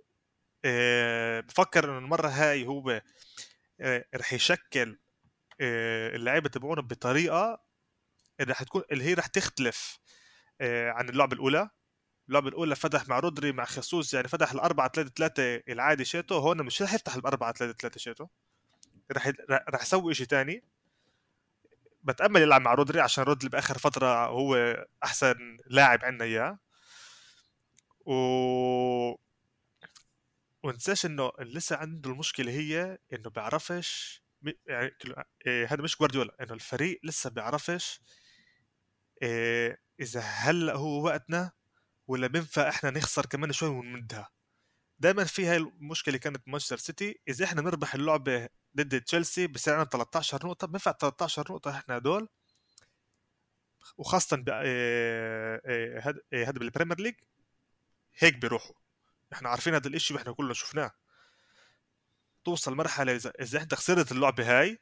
بفكر انه المره هاي هو رح يشكل اللعيبه تبعونه بطريقه اللي رح تكون اللي هي رح تختلف آه عن اللعبه الاولى. اللعبه الاولى فتح مع رودري مع خصوص، يعني فتح الأربعة ثلاثة ثلاثة العادي شيتو. هون مش رح يفتح الأربعة ثلاثة ثلاثة شيتو، رح رح يسوي شيء تاني. بتأمل يلعب مع رودري عشان رودري بآخر فترة هو أحسن لاعب عندنا إياه. و ونساش إنه لسه عنده المشكلة هي إنه بيعرفش يعني إيه، هذا مش جوارديولا، إنه الفريق لسه بيعرفش إيه إذا هلأ هو وقتنا ولا بينفع إحنا نخسر كمان شوي ونمدها. دائما في هاي المشكلة كانت مانشستر سيتي، إذا إحنا نربح اللعبة ضد تشيلسي بصير عندنا ثلاثة عشر نقطة، بينفع ثلاثة عشر نقطة إحنا هدول، وخاصة هذا هذا بالبريمير ليج هيك بيروحوا. إحنا عارفين هذا الإشي وإحنا كلنا شفناه. توصل مرحلة إذا إذا أنت خسرت اللعبة هاي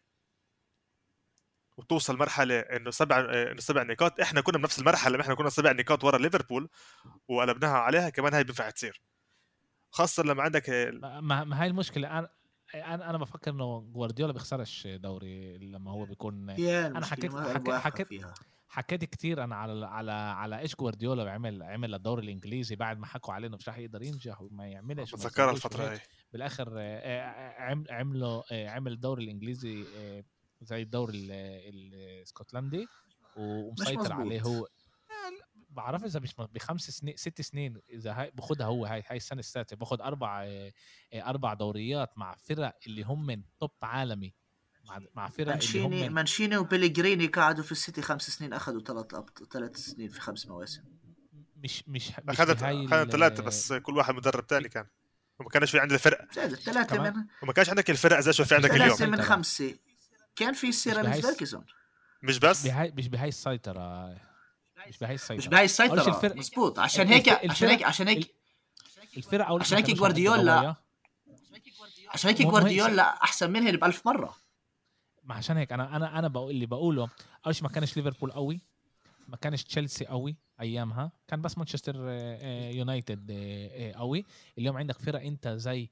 وتوصل مرحلة إنه سبع إنه سبع نقاط، إحنا كنا بنفس المرحلة، إحنا كنا سبع نقاط ورا ليفربول وقلبناها عليها كمان، هاي بينفع تصير خاصة لما عندك ما, ما هاي المشكلة. أنا أنا أنا بفكر إنه جوارديولا بيخسرش دوري لما هو بيكون. أنا حكيت حكيت حكيت, حكيت كتير أنا على على على إيش جوارديولا بيعمل عمل الدوري الإنجليزي بعد ما حكوا عليه إنه مش راح يقدر ينجح وما يعملش. بتذكر الفترة هاي بالآخر عملوا عمل الدوري الإنجليزي زي الدوري الاسكتلندي ومسيطر عليه هو. بعرف اذا مش بخمس سنين ست سنين اذا هاي باخدها هو هاي هاي السنه السادسه باخد اربع اربع دوريات مع فرق اللي هم من توب عالمي، مع مع فرق مانشيني اللي هم مانشيني وبيليغريني قعدوا في السيتي خمس سنين اخذوا ثلاث ثلاث سنين في خمس مواسم. مش مش اخذت اخذت ثلاثه بس كل واحد مدرب تاني كان، وما كانش في عندنا الفرق ثلاثه من وما كانش عندك الفرق زي شو في عندك اليوم. ثلاثه من خمسه كان في سير الفيركسون. مش بس مش بهاي مش بهاي السيطره مش بهاي السيطره مش بهاي السيطره مزبوط. عشان هيك عشان هيك عشان هيك الفرق او عشان هيك جوارديولا عشان هيك جوارديولا احسن منه بألف مره. ما عشان هيك انا انا انا بقول اللي بقوله ايش ما كانش ليفربول قوي، ما كانش تشيلسي قوي ايامها، كان بس مانشستر يونايتد قوي. اليوم عندك فرق انت زي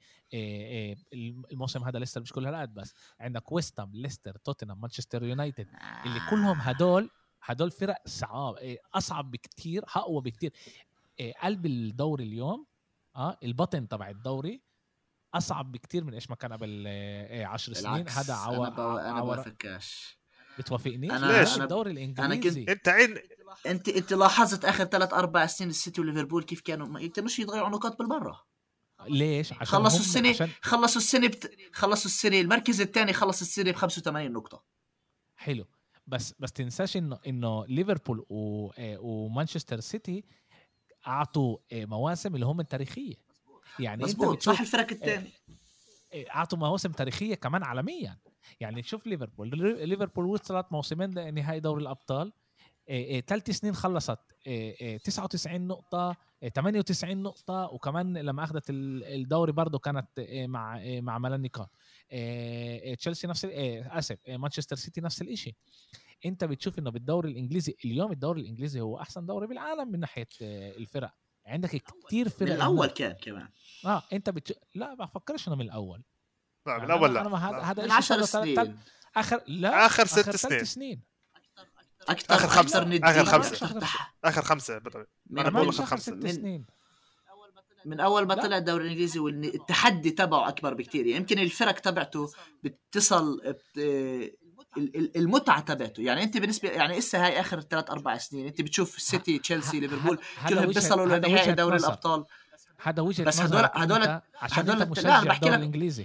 الموسم هذا ليستر مش كل هالقد، بس عندك ويستام ليستر توتنهام مانشستر يونايتد اللي كلهم هدول هدول فرق صعب اصعب بكتير اقوى بكتير. قلب الدوري اليوم اه البطن تبع الدوري اصعب بكتير من ايش ما كان قبل عشر سنين. هذا عوا انا ما بفكرش. بتوافقني أنا ليش أنا الدوري الانجليزي؟ انت عين انت انت لاحظت اخر ثلاث اربع سنين السيتي وليفربول كيف كانوا ما يقدروش يضيعوا نقاط بالمره. ليش؟ عشان خلصوا السنه عشان... خلصوا السنه بت... خلصوا السنه المركز الثاني خلص السنه ب خمسة وثمانين نقطه. حلو، بس بس تنساش انه انه ليفربول و... ومانشستر سيتي اعطوا مواسم اللي هم تاريخيه. يعني مزبوط. انت بتشوف... صح الفرق الثاني اعطوا مواسم تاريخية كمان عالميا. يعني شوف ليفربول ليفربول وصلت موسمين نهائي دوري الأبطال، ثلاث سنين خلصت تسعة وتسعين نقطة ثمانية وتسعين نقطة، وكمان لما أخذت الدوري برضو كانت مع مع ملان نقاط. تشيلسي نفس آسف مانشستر سيتي نفس الإشي. أنت بتشوف إنه بالدوري الإنجليزي اليوم الدوري الإنجليزي هو أحسن دوري بالعالم من ناحية الفرق. عندك كتير فرق من الأول كان كمان اه انت بت... لا ما بفكرش انه من الاول. لا من الاول لا, أنا لا. هذا من عشر سنين تل... اخر لا اخر ست آخر سنين. سنين اكثر اخر خمسه اخر خمسه اخر خمسه بدأ. انا بقول اخر خمسه من... سنين من اول ما طلع الدوري الانجليزي والتحدي تبعه اكبر بكتير. يمكن الفرق تبعته بتصل بت... المتعه تبعته. يعني انت بالنسبه يعني اسا هاي اخر ثلاث اربع سنين انت بتشوف السيتي تشيلسي ليفربول كلهم بيصلوا لنهائي دوري الابطال. هذا وجهه بس هدول هدول عشان انت مشجع الدوري الانجليزي.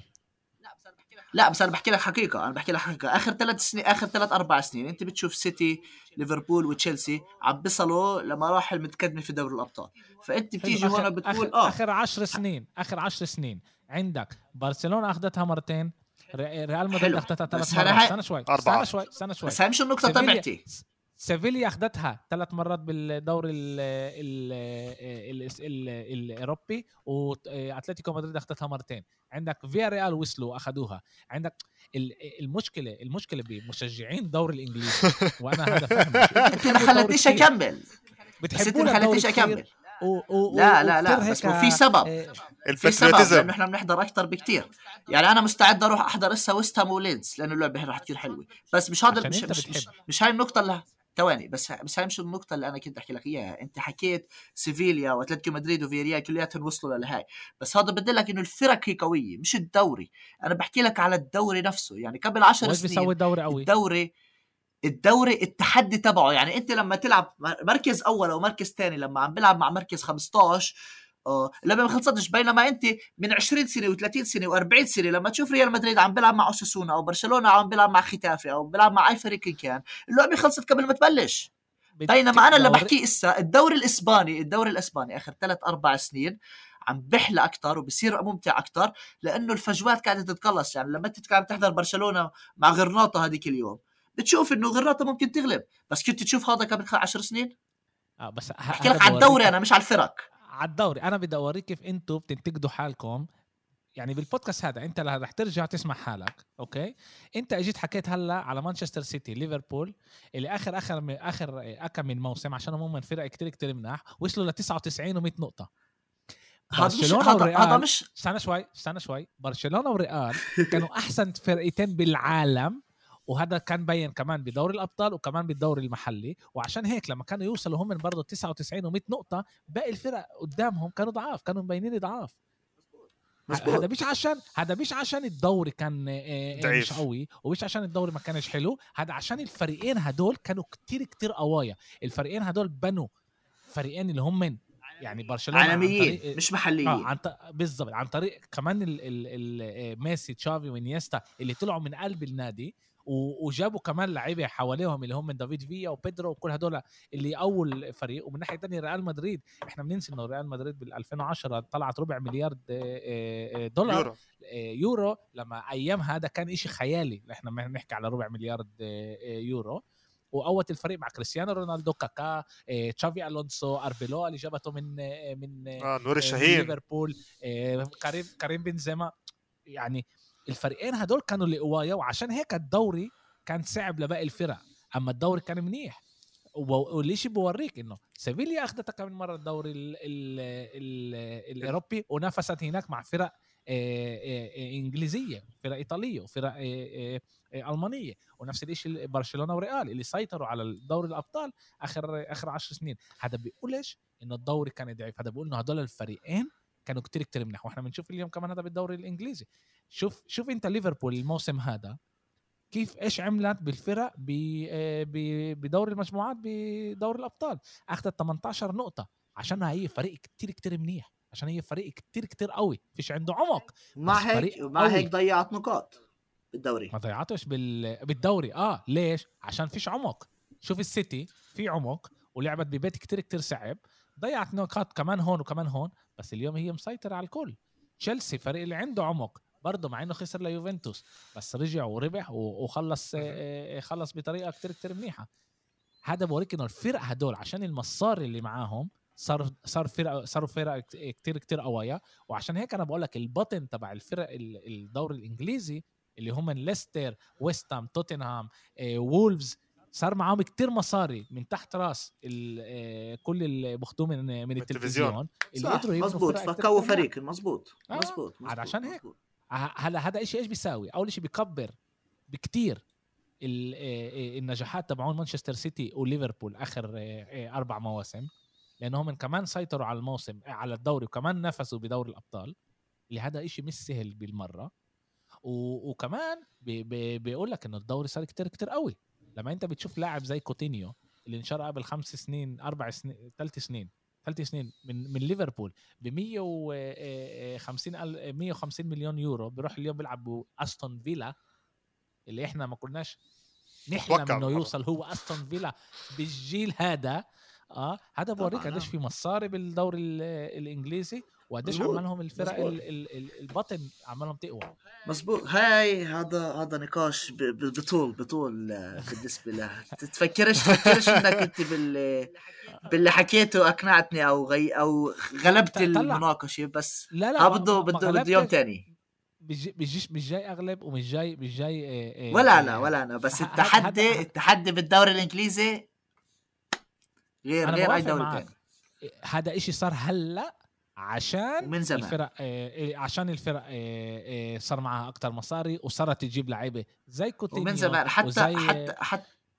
لا بس انا بحكي لك حقيقه انا بحكي لك حقيقه اخر ثلاث سنين اخر ثلاث اربع سنين انت بتشوف سيتي ليفربول وتشيلسي عم بيصلوا لمراحل متقدمه في دوري الابطال. فانت بتيجي هون بتقول اه اخر عشر سنين اخر عشر سنين عندك برشلونه اخذتها مرتين، ريال مدريد اخذتها ثلاث مرات. هاي... سنه شوي أربعة. سنه شوي سنه شوي بس هاي مش النقطه تبعتي. سيفيليا اخذتها ثلاث مرات بالدوري الاوروبي، واتلتيكو مدريد اخذتها مرتين. عندك فيا ريال وصلوا اخذوها. عندك المشكله المشكله بمشجعين الدوري الانجليزي وانا هذا فاهم. انت ما خليتنيش اكمل بتحبوا ما خليتنيش اكمل و... و... لا لا لا بس في سبب في سبب لانه احنا بنحضر اكثر بكتير. يعني انا مستعد اروح احضر اسا ويست هام وليدز لانه اللعبه راح كثير حلوه، بس مش هذا مش مش, مش, مش هاي النقطه اللي ثواني بس بس هاي مش النقطة اللي أنا كنت أحكي لك إياها. أنت حكيت سيفيليا وأتلتيكو مدريد وفياريال كلياتهم وصلوا لهاي، بس هذا بدلك إنه الفرق هي قوية مش الدوري. أنا بحكي لك على الدوري نفسه. يعني قبل عشر سنين بيسوي دوري قوي. الدوري الدوري التحدي تبعه، يعني أنت لما تلعب مركز أول أو مركز ثاني لما عم بلعب مع مركز خمستاشر اه لما ما خلصتش، بينما انت من عشرين سنه وثلاثين سنه وأربعين سنه لما تشوف ريال مدريد عم بيلعب مع اوساسونا او برشلونه عم بيلعب مع ختافي او بيلعب مع اي فريق كان، اللعبه خلصت قبل ما تبلش. بينما انا اللي بحكي اسا الدوري الاسباني الدوري الاسباني اخر ثلاث اربع سنين عم بحلى اكثر وبصير ممتع اكثر، لانه الفجوات قاعده تتقلص. يعني لما انت قاعد تحضر برشلونه مع غرناطه هذيك اليوم بتشوف انه غرناطه ممكن تغلب، بس كنت تشوف هذا قبل عشر سنين. اه بس احكي لك على الدوري انا مش على الفرق. على الدوري انا بدي اوريك كيف انتم بتنتقدوا حالكم. يعني بالبودكاست هذا انت رح ترجع تسمع حالك. اوكي انت اجيت حكيت هلا على مانشستر سيتي ليفربول اللي اخر اخر من اخر اكم من موسم عشان هم من فرق كتير كتير مناح وصلوا ل تسعة وتسعين ومية نقطه. برشلونه وريال هذا مش استنى شوي استنى شوي برشلونه وريال كانوا احسن فرقتين بالعالم، وهذا كان بين كمان بدوري الأبطال وكمان بالدوري المحلي. وعشان هيك لما كانوا يوصلوا هم من برضو تسعة وتسعين ومية نقطة باقي الفرق قدامهم كانوا ضعاف، كانوا مبينين ضعاف. هذا مش عشان هذا مش عشان الدوري كان مش قوي ومش عشان الدوري ما كانش حلو، هذا عشان الفريقين هدول كانوا كتير كتير قوايا. الفريقين هدول بنوا فريقين اللي هم من يعني برشلونة عالميين مش محليين. آه عن ط... بالضبط عن طريق كمان ال... ال... ال... ميسي تشافي وانيستا اللي طلعوا من قلب النادي وجابوا كمان لعيبه حواليهم اللي هم من دافيد فيا وبيدرو وكل هدول اللي اول فريق. ومن ناحيه ثانيه ريال مدريد احنا بننسى انه ريال مدريد بال ألفين وعشرة طلعت ربع مليار دولار يورو, يورو لما ايام هذا كان إشي خيالي. احنا ما بنحكي على ربع مليار يورو. وقوت الفريق مع كريستيانو رونالدو كاكا تشافي الونسو اربيلو اللي جابته من من آه نور الشهير ليفربول كريم كريم بنزيما. يعني الفريقين هدول كانوا اللي قوايا، وعشان هيك الدوري كان صعب لباقي الفرق. اما الدوري كان منيح. والليش بوريك انه سيفيليا اخذتها كمان مره الدوري ال ال ال الاوروبي ونافست هناك مع فرق انجليزيه، فرق ايطاليه وفرق المانيه. ونفس الشيء برشلونه وريال اللي سيطروا على دوري الابطال اخر اخر عشر سنين. هذا بيقولش انه الدوري كان ضعيف، هذا بيقول انه هدول الفريقين كانوا كتير كتير منيح. واحنا بنشوف اليوم كمان هذا بالدوري الانجليزي. شوف شوف انت ليفربول الموسم هذا كيف ايش عملت بالفرق بدوري المجموعات بدوري الابطال. اخذت ثمانية عشر نقطه عشان هي فريق كتير كتير منيح، عشان هي فريق كتير كتير قوي فيش عنده عمق. مع هيك مع هيك ضيعت نقاط بالدوري. ما ضيعتش بال... بالدوري اه ليش؟ عشان فيش عمق. شوف السيتي في عمق ولعبت ببيت كتير كتير صعب، ضيعت نقاط كمان هون وكمان هون، بس اليوم هي مسيطرة على الكل. تشيلسي فريق اللي عنده عمق برضه مع انه خسر ليوفنتوس بس رجع وربح وخلص خلص بطريقة كتير كتير منيحة. هذا بوريك انه الفرق هدول عشان المصاري اللي معاهم صار صار فرق صاروا فرق كتير كتير قوية. وعشان هيك انا بقول لك البطن تبع الفرق الدوري الانجليزي اللي هم ليستر ويستام توتنهام وولفز صار معاهم كتير مصاري من تحت راس كل اللي بخدوه من من التلفزيون اللي قدروا يبنوا مزبوط فكوا فريق مزبوط مزبوط آه. عشان هيك هلا هذا إشي ايش بيساوي؟ اول شيء بيكبر بكتير النجاحات تبعون مانشستر سيتي وليفربول اخر اربع مواسم، لانهم كمان سيطروا على الموسم على الدوري وكمان نافسوا بدوري الابطال اللي هذا إشي مش سهل بالمره. وكمان بي بي بيقول لك انه الدوري صار كتير كتير قوي. لما انت بتشوف لاعب زي كوتينيو اللي انشر قبل خمس سنين اربع سنين ثلاث سنين ثلاث سنين من من ليفربول ب مية وخمسين مليون يورو بيروح اليوم بيلعب باستون فيلا اللي احنا ما كناش نحلم انه يوصل هو استون فيلا بالجيل هذا. اه هذا بوريك قديش في مصاري بالدوري الانجليزي وقديش عملهم الفرق البطن عملهم تقوى. مزبوط. هاي هذا هذا نقاش بطول بطول بالنسبه له. تتفكرش تفكرش انك انت بال باللي حكيته اقنعتني او غي او غلبت المناقشه، بس لا لا بده بده بده يوم تاني. مش مش جاي اغلب ومش جاي مش جاي إيه ولا انا ولا انا بس التحدي التحدي بالدوري الانجليزي غير غير اي دوري ثاني. هذا إشي صار هلا عشان من زمان. الفرق إيه عشان الفرق إيه صار معها اكتر مصاري وصارت تجيب لعيبه زي كوتينيو ومن زمان حتى وزي... حتى حتى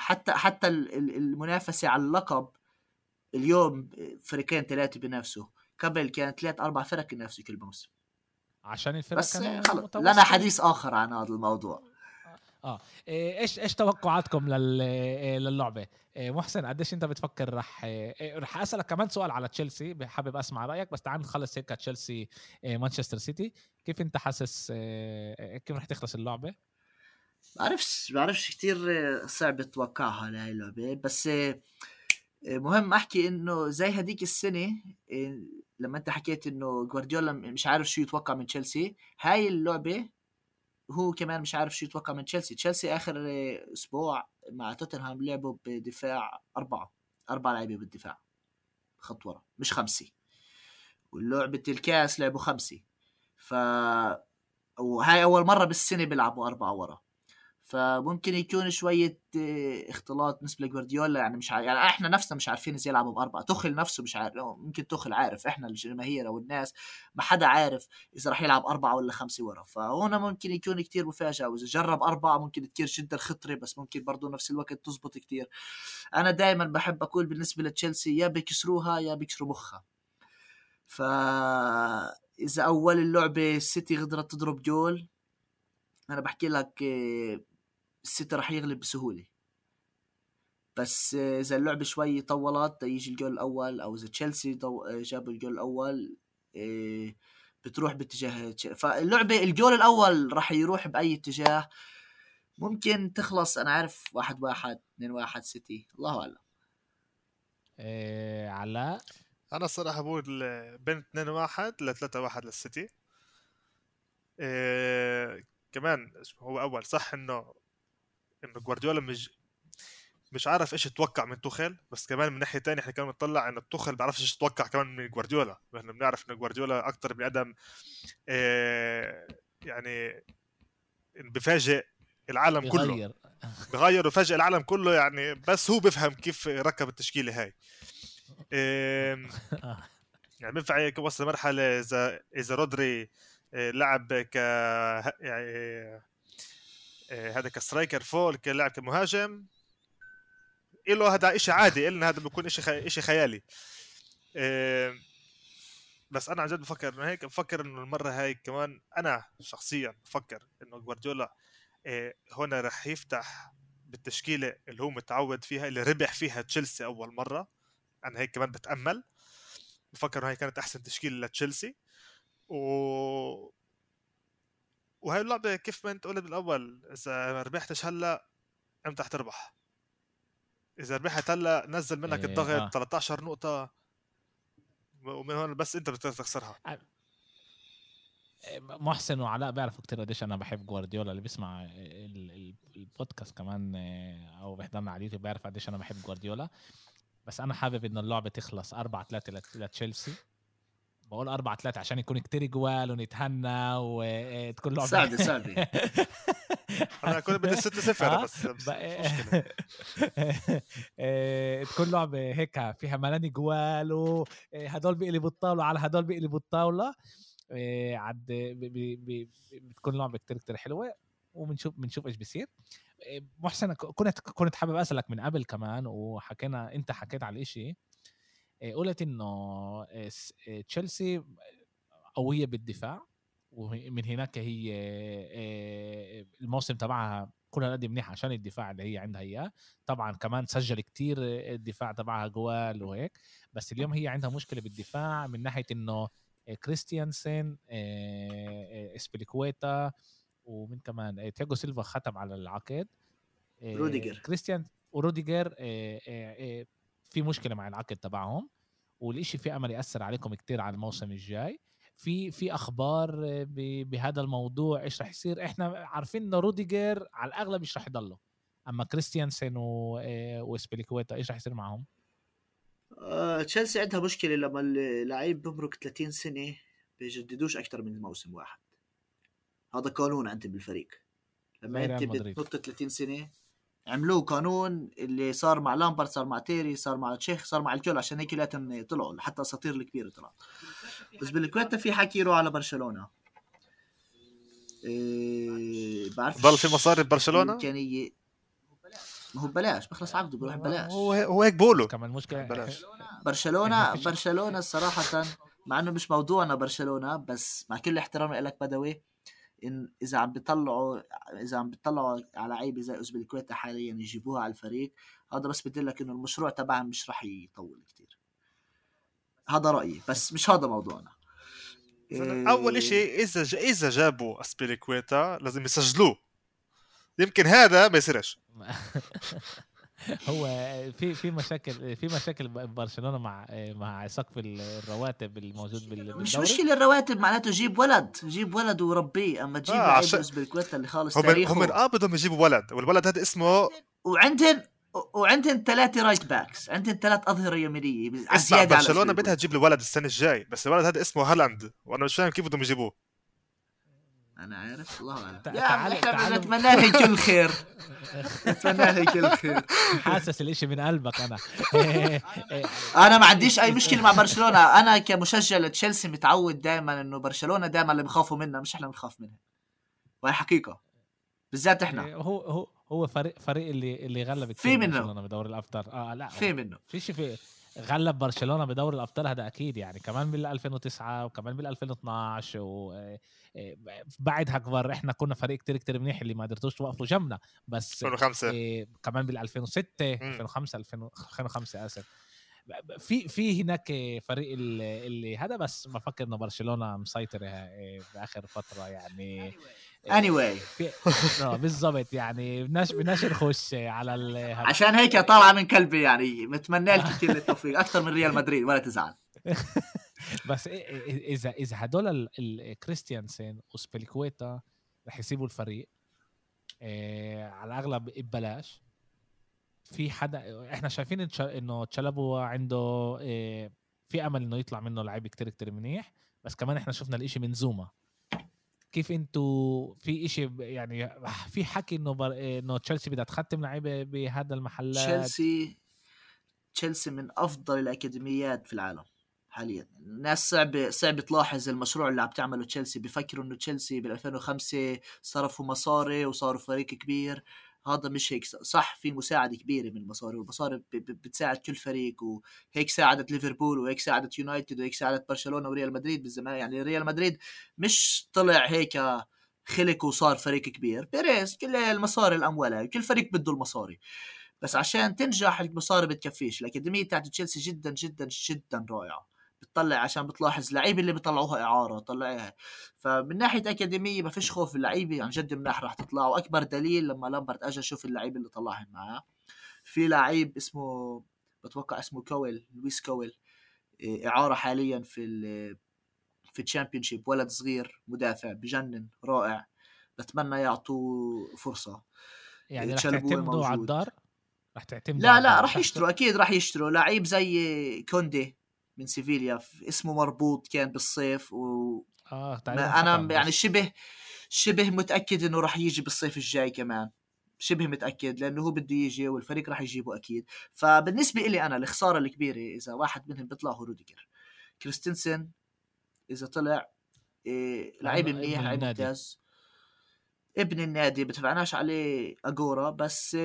حتى حتى المنافسة على اللقب اليوم فريقين ثلاثة بنفسه، قبل كانت ثلاث أربع فرق ينافسوا كل موسم عشان الفرق بس كانوا خلص لنا حديث آخر عن هذا الموضوع. اه ايش ايش توقعاتكم لل... للعبه؟ محسن قديش انت بتفكر رح رح اسالك كمان سؤال على تشيلسي، حابب اسمع رايك، بس تعال نخلص هيك تشيلسي مانشستر سيتي. كيف انت حاسس كيف رح تخلص اللعبه؟ بعرفش بعرفش كتير صعب اتوقعها لهي اللعبه، بس مهم احكي انه زي هديك السنه لما انت حكيت انه جوارديولا مش عارف شو يتوقع من تشيلسي، هاي اللعبه هو كمان مش عارف شو يتوقع من تشيلسي. تشيلسي آخر أسبوع مع توتنهام لعبوا بدفاع أربعة أربعة لاعبين بالدفاع خط ورا مش خمسة، واللعبة الكاس لعبوا خمسة، ف وهاي أول مرة بالسنة بيلعبوا أربعة ورا، فممكن يكون شوية اختلاط بالنسبة لجوارديولا. يعني مش عارف، يعني احنا نفسنا مش عارفين ازاي يلعبوا بأربعة، تخل نفسه مش عارف، ممكن تخل عارف، احنا الجماهير او الناس ما حدا عارف اذا راح يلعب أربعة ولا خمسة ورا، فهنا ممكن يكون كتير مفاجأة، واذا جرب أربعة ممكن كتير جدا خطرة، بس ممكن برضو نفس الوقت تزبط كتير. انا دائما بحب اقول بالنسبة لتشيلسي يا بيكسروها يا بيكسروا مخها، فاذا اول اللعبة السيتي قدرت تضرب جول انا بحكي لك السيتي راح يغلب بسهولة، بس إذا اللعبة شوي طولت يجي الجول الأول، أو إذا تشيلسي جابوا الجول الأول بتروح باتجاه، فاللعبة الجول الأول راح يروح بأي اتجاه، ممكن تخلص أنا عارف واحد واحد اثنين واحد سيتي، الله أعلم. إيه علاء؟ أنا الصراحة بقول بين اثنين واحد لثلاثة واحد للسيتي. إيه كمان هو أول صح إنه إنه جوارديولا مش مش عارف ايش يتوقع من توخيل، بس كمان من ناحيه تانية احنا كمان بنطلع ان توخيل بيعرفش ايش يتوقع كمان من جوارديولا. احنا بنعرف ان جوارديولا اكتر بني ادم اه يعني بفاجئ العالم بغير. كله بغير وفاجئ العالم كله يعني، بس هو بفهم كيف ركب التشكيله هاي. اه يعني بينفع يوصل مرحله اذا اذا رودري اه لعب ك يعني اه هذا كسترايكر فول كلاعب كمهاجم إله هذا إشي عادي، إلنا هذا بيكون إشي خي... إشي خيالي. إيه... بس أنا عن جد بفكر إنه هيك، بفكر إنه المرة هاي كمان أنا شخصيا بفكر إنه جوارديولا إيه هنا رح يفتح بالتشكيلة اللي هو متعود فيها، اللي ربح فيها تشيلسي أول مرة. أنا هيك كمان بتأمل، بفكر إنه هاي كانت أحسن تشكيلة لتشيلسي، و وهاي اللعبة كيف ما أنت قلت بالأول، إذا ما ربحتش هلا إمتى حتربح؟ إذا ربحت هلا نزل منك إيه الضغط آه. ثلاثة عشر نقطة، ومن هون بس انت بتخسرها. محسن وعلاء بيعرفوا كتير قديش انا بحب جوارديولا، اللي بيسمع البودكاست كمان او بيحضرنا على اليوتيوب بيعرف قديش انا بحب جوارديولا، بس انا حابب ان اللعبه تخلص أربعة ثلاثة لتشيلسي. بقول أربعة ثلاثة عشان يكون كتير جوال ونتهنى وتكون لعبه صعبه صعبه. انا كنت بدي ستة صفر بس, بس مشكله تكون لعبه هيك فيها ملاني جوال، وهدول بيقلبوا الطاوله على هدول بيقلبوا الطاوله عد، بتكون لعبه كتير كتير حلوه، وبنشوف بنشوف ايش بيصير. محسن كنت كنت حابب اسالك من قبل كمان، وحكينا انت حكيت على الاشي، قلت انه تشيلسي قويه بالدفاع، ومن هناك هي الموسم تبعها كلها قد منيح عشان الدفاع اللي هي عندها اياه. طبعا كمان سجل كتير الدفاع تبعها جوال وهيك، بس اليوم هي عندها مشكله بالدفاع من ناحيه انه كريستيانسن، اسبيليكويتا، ومن كمان تياغو سيلفا ختم على العقد، روديجر كريستيان وروديجر في مشكله مع العقد تبعهم، والإشي في أمل يأثر عليكم كتير على الموسم الجاي. في في أخبار بهذا الموضوع إيش رح يصير؟ إحنا عارفين إنه روديجر على الأغلب مش رح يضله، أما كريستيانسن وإسبيليكويتا إيش رح يصير معهم؟ آه، تشيلسي عندها مشكلة لما اللعيب بمرق ثلاثين سنة بيجددوش أكتر من موسم واحد، هذا قانون عندي بالفريق. لما أنت بتنط ثلاثين سنة عملوه قانون اللي صار مع لامبرد، صار مع تيري، صار مع تشيخ، صار مع الكل، عشان هيك لاتن طلعوا حتى اساطير الكبيره طلعت. بس بالكويت في حكي يروح على برشلونه، إيه بعرف ضل في مصاري ببرشلونه امكانيه ما هو ببلاش بخلص عقده بروح ببلاش. هو هو هيك بقوله كمان مشكله بلاش. برشلونة برشلونة صراحة مع انه مش موضوعنا برشلونة، بس مع كل احترامي لك بدوي، إن إذا عم بيطلعوا إذا عم بيطلعوا على عيبة زي أوزبيليكويتا حاليا يجيبوها على الفريق، هذا بس بدلك إنه المشروع تبعهم مش راح يطول كتير. هذا رأيي، بس مش هذا موضوعنا. أول إشي إذا ج... إذا جابوا أسبيليكويتا لازم يسجلوه، يمكن هذا ما يصيرش. هو في في مشاكل في مشاكل برشلونة مع مع سقف الرواتب الموجود بالدوري. مش مشكلة الرواتب، معناته جيب ولد جيب ولد وربيه، اما تجيب آه لعيب عشان... أوزبيليكويتا اللي خالص هم تاريخه. هم اه بدهم يجيبوا ولد، والولد هذا اسمه وعندهم وعندهم ثلاثة رايت باكس، عندهم ثلاث أظهرة يمينية. اسمع برشلونة بدها تجيب له ولد السنة الجاي، بس الولد هذا اسمه هالاند، وانا مش فاهم كيف بدهم يجيبوه. انا عارف الله اعلم. تع- يا تعال- احنا تعال- نتمنى له كل خير، نتمنى له كل خير. حاسس الاشي من قلبك انا. انا ما عنديش اي مشكله مع برشلونه، انا كمشجع لتشيلسي متعود دائما انه برشلونه دائما اللي بخافوا منها، مش احنا بنخاف منها، وهي حقيقه بالذات احنا. هو هو هو فريق فريق اللي اللي غلب في منه. برشلونة بدوري الابطال. اه لا في منه في شيء في غلب برشلونة بدوري الابطال، هذا اكيد يعني. كمان بال ألفين وتسعة وكمان بال ألفين واثناشر وبعدها كبر احنا كنا فريق كتير كتير منيح اللي ما قدرتوش توقفوا جنبنا. بس ألفين وخمسة إيه كمان بال ألفين وستة ألفين وخمسة ألفين وخمسة اسف في في هناك فريق اللي, اللي هذا. بس ما فكر انه برشلونة مسيطرة باخر فترة يعني. anyway بالضبط يعني بدناش بدناش نخش على ال... عشان هيك طالعه من كلبي يعني. متمنى لك كل التوفيق اكثر من ريال مدريد ولا تزعل. بس اذا اذا هدول الكريستيانسن وسبيليكويتا رح يسيبوا الفريق إيه على الاغلب ببلاش. في حدا احنا شايفين انه تشالبوا عنده إيه في امل انه يطلع منه لعيب كتير كتير منيح. بس كمان احنا شفنا الاشي من زوما. كيف انتوا في اشي يعني في حكي انه بر... انه تشيلسي بدها تختم لعيبه بهذا المحلات. تشيلسي تشيلسي من افضل الاكاديميات في العالم حاليا. الناس صعب صعب تلاحظ المشروع اللي عم تعمله تشيلسي. بفكروا انه تشيلسي بال ألفين وخمسة صرفوا مصاري وصاروا فريق كبير. هذا مش هيك صح. في مساعدة كبيرة من المصاري، والمصاري بتساعد كل فريق، وهيك ساعدت ليفربول وهيك ساعدت يونايتد وهيك ساعدت برشلونة وريال مدريد بالزمان. يعني ريال مدريد مش طلع هيك خلق وصار فريق كبير. بيريز كل المصاري الأموال، كل فريق بده المصاري، بس عشان تنجح المصاري بتكفيش. الأكاديمية تاعت تشيلسي جدا جدا جدا رائعة. بتطلع عشان بتلاحظ لعيبه اللي بيطلعوها اعاره طلعها. فمن ناحيه اكاديميه ما فيش خوف. اللعيبه عن جد مناح راح تطلع. واكبر دليل لما لامبرت اجى شوف اللعيبه اللي طلعهم معاه. في لعيب اسمه بتوقع اسمه كويل لويس كويل اعاره حاليا في ال في الشامبيونشيب. ولد صغير مدافع بجنن رائع. بتمنى يعطوه فرصه. يعني رح تعتمدوا على الدار؟ رح تعتمدوا لا لا رح يشتروا اكيد. رح يشتروا لعيب زي كوندي من سيفيليا اسمه مربوط كان بالصيف و آه انا يعني شبه شبه متاكد انه راح يجي بالصيف الجاي كمان. شبه متاكد لانه هو بده يجي والفريق راح يجيبه اكيد. فبالنسبه لي انا الخساره الكبيره اذا واحد منهم بيطلع هو روديجر. كريستنسن اذا طلع إيه لعيب منيح لعيب ممتاز ابن النادي بتفعناش عليه اجورا. بس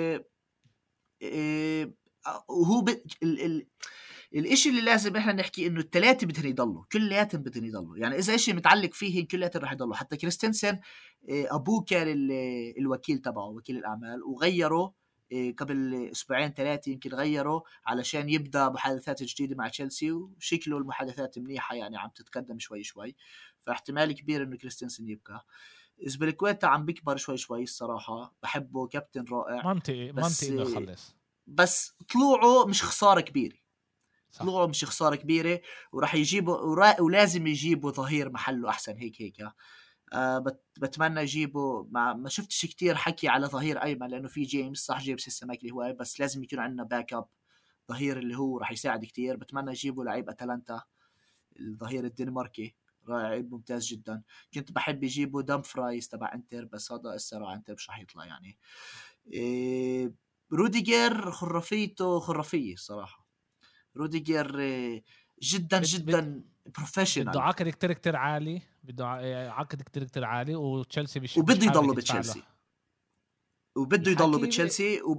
إيه وهو ب... ال... ال... الاشي اللي لازم احنا نحكي انه الثلاثه بدهم يضلوا. كلياتهم بدهم يضلوا. يعني اذا اشي متعلق فيه كلياتهم راح يضلوا. حتى كريستنسن ابوه كان الوكيل تبعه وكيل الاعمال وغيره قبل اسبوعين ثلاثه يمكن غيره علشان يبدا محادثات جديده مع تشيلسي. وشكله المحادثات منيحه يعني عم تتقدم شوي شوي. فاحتمال كبير انه كريستنسن يبقى. اسبليكويتا عم بيكبر شوي شوي الصراحه. بحبه كابتن رائع. منطقي منطقي انه يخلص. بس طلوعه مش خساره كبيره. طلوعه مش خساره كبيره. وراح يجيبوا ولازم يجيبوا ظهير محله احسن هيك هيك. أه بت بتمنى يجيبوا. ما, ما شفتش كتير حكي على ظهير ايمن لانه في جيمس صح. جيمس لسه ماكل هواي. بس لازم يكون عندنا باك اب ظهير اللي هو راح يساعد كتير. بتمنى يجيبوا لعيب اتلانتا الظهير الدنماركي رائع ممتاز جدا. كنت بحب يجيبوا دامفرايز تبع انتر بس هذا الصراحه انتر مش راح يطلع يعني. إيه روديجر خرافيته خرافيه صراحه. روديجر جدا جدا بروفيشنال. بده عقد كتير كتير عالي. بده عقد كتير كتير عالي وتشيلسي وبده يضلوا بتشيلسي وبده يضلوا بتشيلسي و...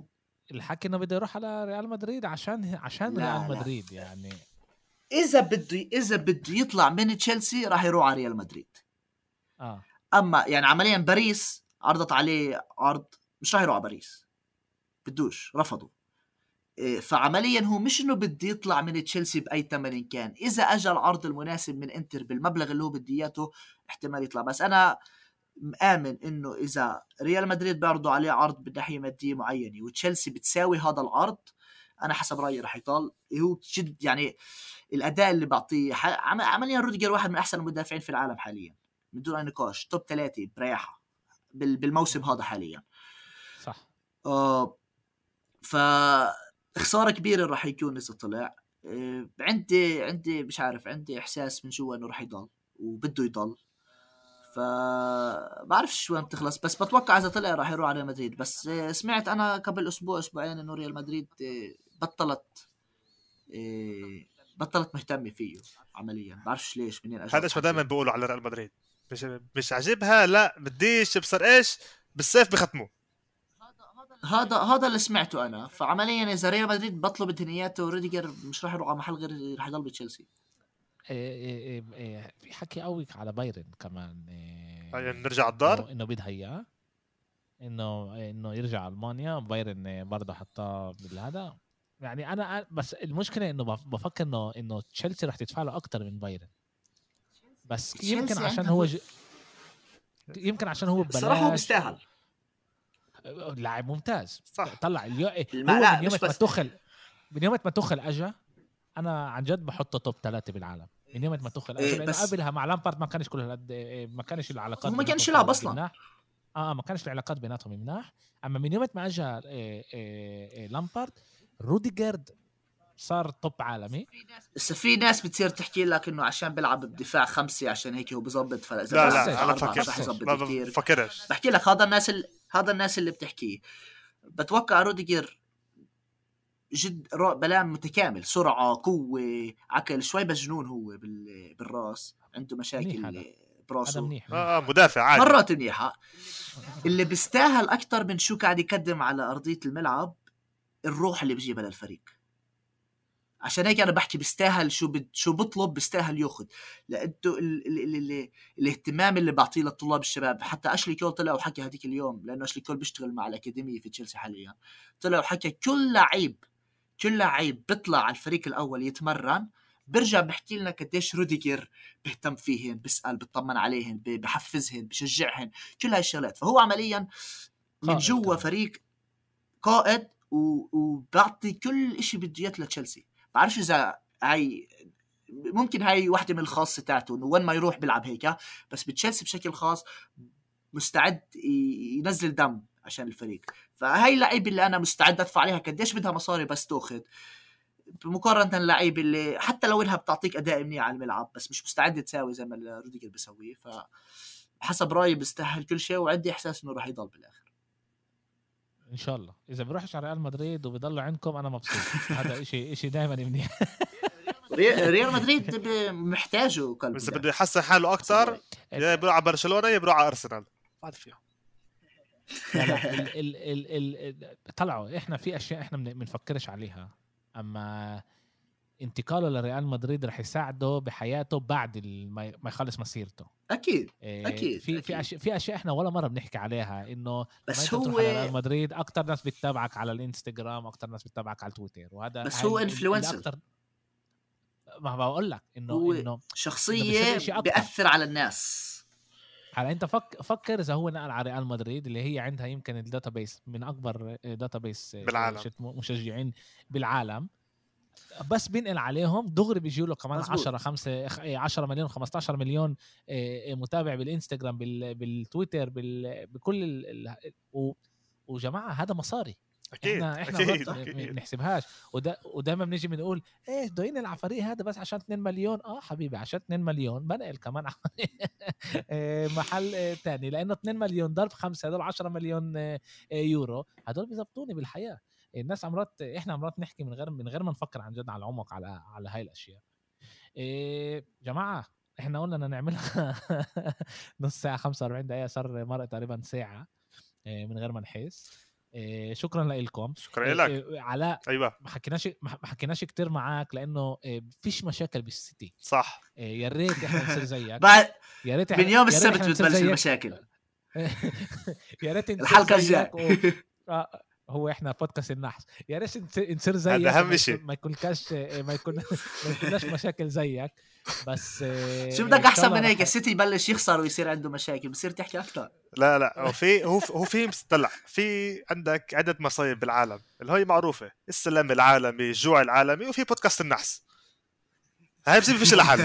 الحكي انه بده يروح على ريال مدريد عشان عشان لا ريال لا. مدريد يعني اذا بده اذا بده يطلع من تشيلسي راح يروح على ريال مدريد. اه اما يعني عمليا باريس عرضت عليه عرض، مش راح يروح على باريس، بدوش، رفضوا. إيه، فعمليا هو مش انه بده يطلع من تشيلسي باي ثمن كان، اذا اجى العرض المناسب من انتر بالمبلغ اللي هو بده اياه احتمال يطلع. بس انا مآمن انه اذا ريال مدريد بيعرضوا عليه عرض بالناحيه ماديه معينه وتشيلسي بتساوي هذا العرض، انا حسب رايي راح يضل. هو جد يعني الاداء اللي بعطيه عمليا روديجر واحد من احسن المدافعين في العالم حاليا من دون اي نقاش، توب ثلاثة بريحه بالموسم هذا حاليا. صح. آه ف خساره كبيره راح يكون اذا طلع. آه عندي عندي مش عارف، عندي احساس من جوا انه راح يضل وبده يضل. ف بعرفش وين بتخلص، بس بتوقع اذا طلع راح يروح على مدريد. بس آه سمعت انا قبل اسبوع اسبوعين انه ريال مدريد آه بطلت آه بطلت مهتمه فيه عمليا. بعرفش ليش، منين اجى هذا شو دائما بيقولوا على ريال مدريد، مش مش عاجبها، لا بديش بصير ايش بالصيف بختموه. هذا هذا اللي سمعته انا. فعمليا اذا ريال مدريد بطلوا بدنياته وروديجر مش راح يروح على محل غير راح يضل بتشيلسي. إيه إيه إيه في حكي قوي على بايرن كمان إيه يعني نرجع على الدار انه بده اياه انه انه يرجع المانيا. بايرن برضه حطاه بالهذا يعني. انا بس المشكله انه بفكر انه انه تشيلسي راح تدفع له اكثر من بايرن، بس يمكن عشان هو ج... يمكن عشان هو ببلاش. الصراحه هو بيستاهل، لاعب ممتاز. صح. طلع اليو... هو المع... من يوم ما تدخل من يوم ما تدخل اجى انا عن جد بحطه توب ثلاثة بالعالم من يوم ما تدخل اجى. إيه لانه بس... قبلها مع لامبارد ما كانش كل هالقد، ما كانش العلاقات هو ما كانش يلعب اصلا. مناح. اه ما كانش العلاقات بيناتهم مناح. اما من يوم ما اجى إيه إيه إيه لامبارد، روديجارد صار توب عالمي. بس في ناس بتصير تحكي لك انه عشان بيلعب بدفاع خمسة عشان هيك هو بظبط. فاذا لا لا انا فكرت كثير فكرش بحكي لك هذا الناس ال... هذا الناس اللي بتحكيه. بتوقع روديجر جد بلان متكامل، سرعه، قوه، عقل، شوي مجنون هو بال... بالراس، عنده مشاكل براسه. منيح. اه مدافع عادي مرات منيحه. اللي بيستاهل اكثر من شو قاعد يقدم على ارضيه الملعب الروح اللي بيجيبها للفريق. عشان هيك انا بحكي بيستاهل شو بد... شو بطلب بيستاهل ياخذ. لانه ال... ال... ال... ال... الاهتمام اللي بعطيه للطلاب الشباب. حتى اشلي كول طلع وحكى هذيك اليوم، لانه اشلي كول بيشتغل مع الاكاديميه في تشيلسي حاليا. طلع وحكى كل لعيب كل لعيب بيطلع على الفريق الاول يتمرن برجع بحكي لنا قديش روديجر بيهتم فيهن، بيسال، بيطمن عليهن، بحفزهن، بشجعهن، كل هاي الشغلات. فهو عمليا من جوا فريق قائد وبعطي كل إشي بده اياه لتشيلسي. بعرفش اذا هاي ممكن هاي واحدة من الخاصة تاعته انه وين ما يروح بيلعب هيك، بس بتشيلسي بشكل خاص مستعد ينزل دم عشان الفريق. فهاي اللعيبة اللي انا مستعد ادفع عليها قديش بدها مصاري بس تاخذ، بمقارنة اللعيبة اللي حتى لو انها بتعطيك اداء منيح على الملعب بس مش مستعد تساوي زي ما روديجر بيسويه. فحسب رأيي بيستاهل كل شيء، وعندي احساس انه راح يضل بالاخر ان شاء الله. اذا بروحش على ريال مدريد وبيضلوا عندكم انا مبسوط. هذا شيء شيء دائما منيح. ريال مدريد محتاجه كلب، بس بده يحسن حاله اكثر، يا بيروح على برشلونه يا بيروح على ارسنال. ما فيهم ال ال ال ال طلعوا. احنا في اشياء احنا بنفكرش عليها، اما انتقاله لريال مدريد رح يساعده بحياته بعد ما يخلص مسيرته. اكيد اكيد في أكيد. في اشياء في اشياء احنا ولا مره بنحكي عليها، انه بس هو هو ريال مدريد اكثر ناس بتتابعك على الانستغرام، اكثر ناس بتتابعك على تويتر، وهذا بس هو انفلونسر. أكتر... ما بقول لك انه هو انه شخصيه إنه بيأثر على الناس. هلا انت فك فكر اذا هو نقل على ريال مدريد اللي هي عندها يمكن الداتابيس من اكبر داتابيس بالعالم مشجعين بالعالم، بس بينقل عليهم دغري بيجيوا له كمان عشرة خمسة عشرة مليون خمستاشر مليون متابع بالانستغرام بالتويتر بكل ال... و... وجماعه هذا مصاري. اكيد احنا احنا اكيد ما بنحسبهاش. ودا ودائما بنيجي بنقول ايه دوين على الفريق هذا بس عشان اثنين مليون. اه حبيبي عشان اثنين مليون بنقل كمان محل تاني، لانه اثنين مليون ضرب خمسة هذول عشرة مليون يورو، هذول بيزبطوني بالحياه. الناس عمرات احنا عمرات نحكي من غير من غير ما نفكر عن جد على العمق على على هاي الاشياء. إيه جماعه احنا قلنا ان نعملها نص ساعه خمسة وأربعين دقيقه، صار مرق تقريبا ساعه من غير ما نحس. إيه شكرا لكم. شكرا لك. إيه علاء ايوه ما حكيناش ما حكيناش كتير معاك لانه إيه فيش مشاكل بالسيتي. صح. إيه يا ريت احنا نصير زيك. بعد يا ريت من يوم السبت بتبلش المشاكل. يا ريت الحلقه الجايه و... آه هو احنا بودكاست النحس. يا ريت نصير زيك هذا اهم شيء ما يكونكاش ما يكون ما يكونش مشاكل زيك. بس شو بدك احسن من هيك؟ السيتي يبلش يخسر ويصير عنده مشاكل بصير تحكي اكثر. لا لا هو في هو هو في مستلع في عندك عده مصايب بالعالم اللي هي معروفه، السلام العالمي، الجوع العالمي، وفي بودكاست النحس. هاي بصير فيش لحل.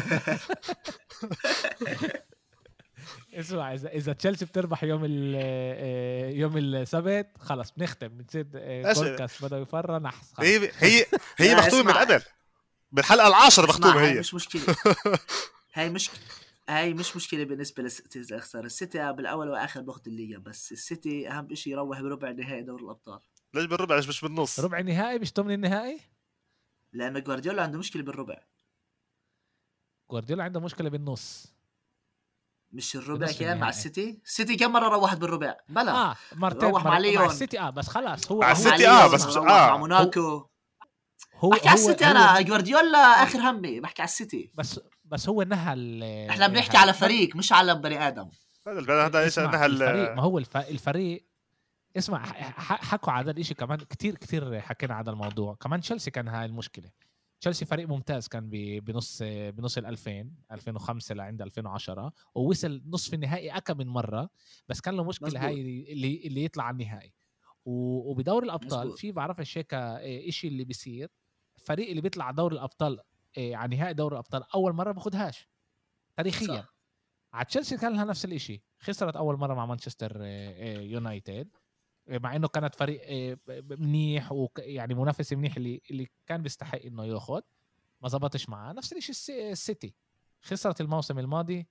اسمع اذا اذا تشيلسي بتربح يوم يوم السبت خلص بنختم بنصير بودكاست بده يفرر نحس. هي هي هي مختومه من قبل بالحلقه العاشرة مختومه. هي مش مشكله. هاي مش هاي مش مشكله بالنسبه للسيتي اذا خسر. السيتي بالاول واخر باخذ الليغا، بس السيتي اهم شيء يروح بربع نهائي دوري الابطال. ليش بالربع مش بالنص؟ ربع النهائي مش ضمن النهائي لانه جوارديولا عنده مشكله بالربع. جوارديولا عنده مشكله بالنص مش الربع كان مع السيتي. السيتي كم مره روحت بالربع؟ بلا اه مرتين روح مع ليون. مع السيتي اه بس خلاص هو مع السيتي اه بس مش اه مع موناكو. هو بحكي على السيتي انا جوارديولا اخر همي بحكي على السيتي. بس بس هو نهى احنا بنحكي على فريق مش على بني ادم. هذا هذا ايش نهى الفريق. ما هو الف... الفريق اسمع حكوا على هذا الشيء كمان كتير كتير حكينا على الموضوع. كمان تشيلسي كان هاي المشكله. تشيلسي فريق ممتاز كان بنص بنص الألفين ألفين وخمسة لعند ألفين وعشرة ووصل نصف النهائي أكم من مرة، بس كان له مشكلة مزبوط. هاي اللي اللي يطلع على النهائي. وبدور الأبطال مزبوط. في بعرفش هيك إشي اللي بيصير فريق اللي بيطلع دور الأبطال على نهائي دور الأبطال أول مرة باخدهاش تاريخيا. على تشيلسي كان لها نفس الإشي، خسرت أول مرة مع مانشستر يونايتد مع انه كانت فريق منيح ويعني منافس منيح اللي اللي كان بيستحق انه ياخذ، ما زبطش معاه. نفس الشيء السيتي خسرت الموسم الماضي.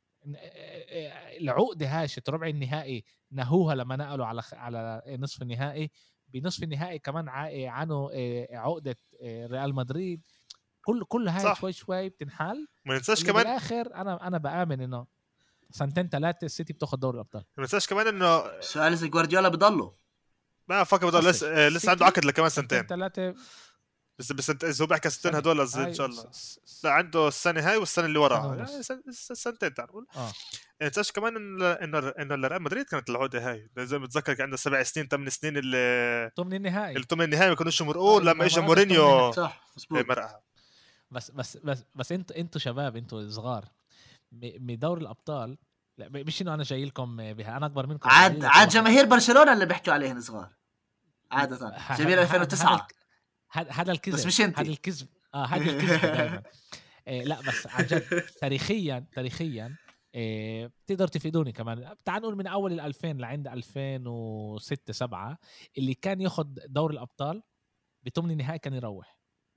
العقده هاشت ربع النهائي نهوها لما نقلوا على على نصف النهائي. بنصف النهائي كمان عانوا عقده ريال مدريد. كل كل هاي شوي شوي بتنحل. ما ننساش كمان بالاخر انا انا بآمن انه سنتين ثلاثه السيتي بتاخذ دوري الابطال. ما ننساش كمان انه سؤال اذا جوارديولا بضله ما فكر بضل لسه لسه عنده عقد لكمان سنتين ثلاثه بس بس اذا هو بيحكي سنتين هدول ان شاء الله. لا عنده السنه هاي والسنه اللي وراها يعني سنتين تعرفوا. اه ننساش كمان انه انه ريال مدريد كانت العقده هاي زي ما بتذكر عنده سبع سنين ثمان سنين اللي ضمن النهائي الثمن النهائي ما كانوش مرقول لما اجى مورينيو صح مظبوط مرقها. بس بس بس بس انتوا انتوا شباب انتوا صغار بدور الابطال. لا مش انه انا جاي لكم بها انا اكبر منكم. عاد عاد جماهير برشلونه اللي بيحكوا عليهن صغار عاده جماهير ألفين وتسعة. هذا هذا الكذب بس مش انت هذا الكذب اه هذا الكذب دائما. إيه لا بس عن جد تاريخيا تاريخيا إيه بتقدر تفيدوني كمان. تعال نقول من اول الألفين لعند ألفين وستة سبعة اللي كان ياخد دور الابطال بثمن النهائي كان يروح.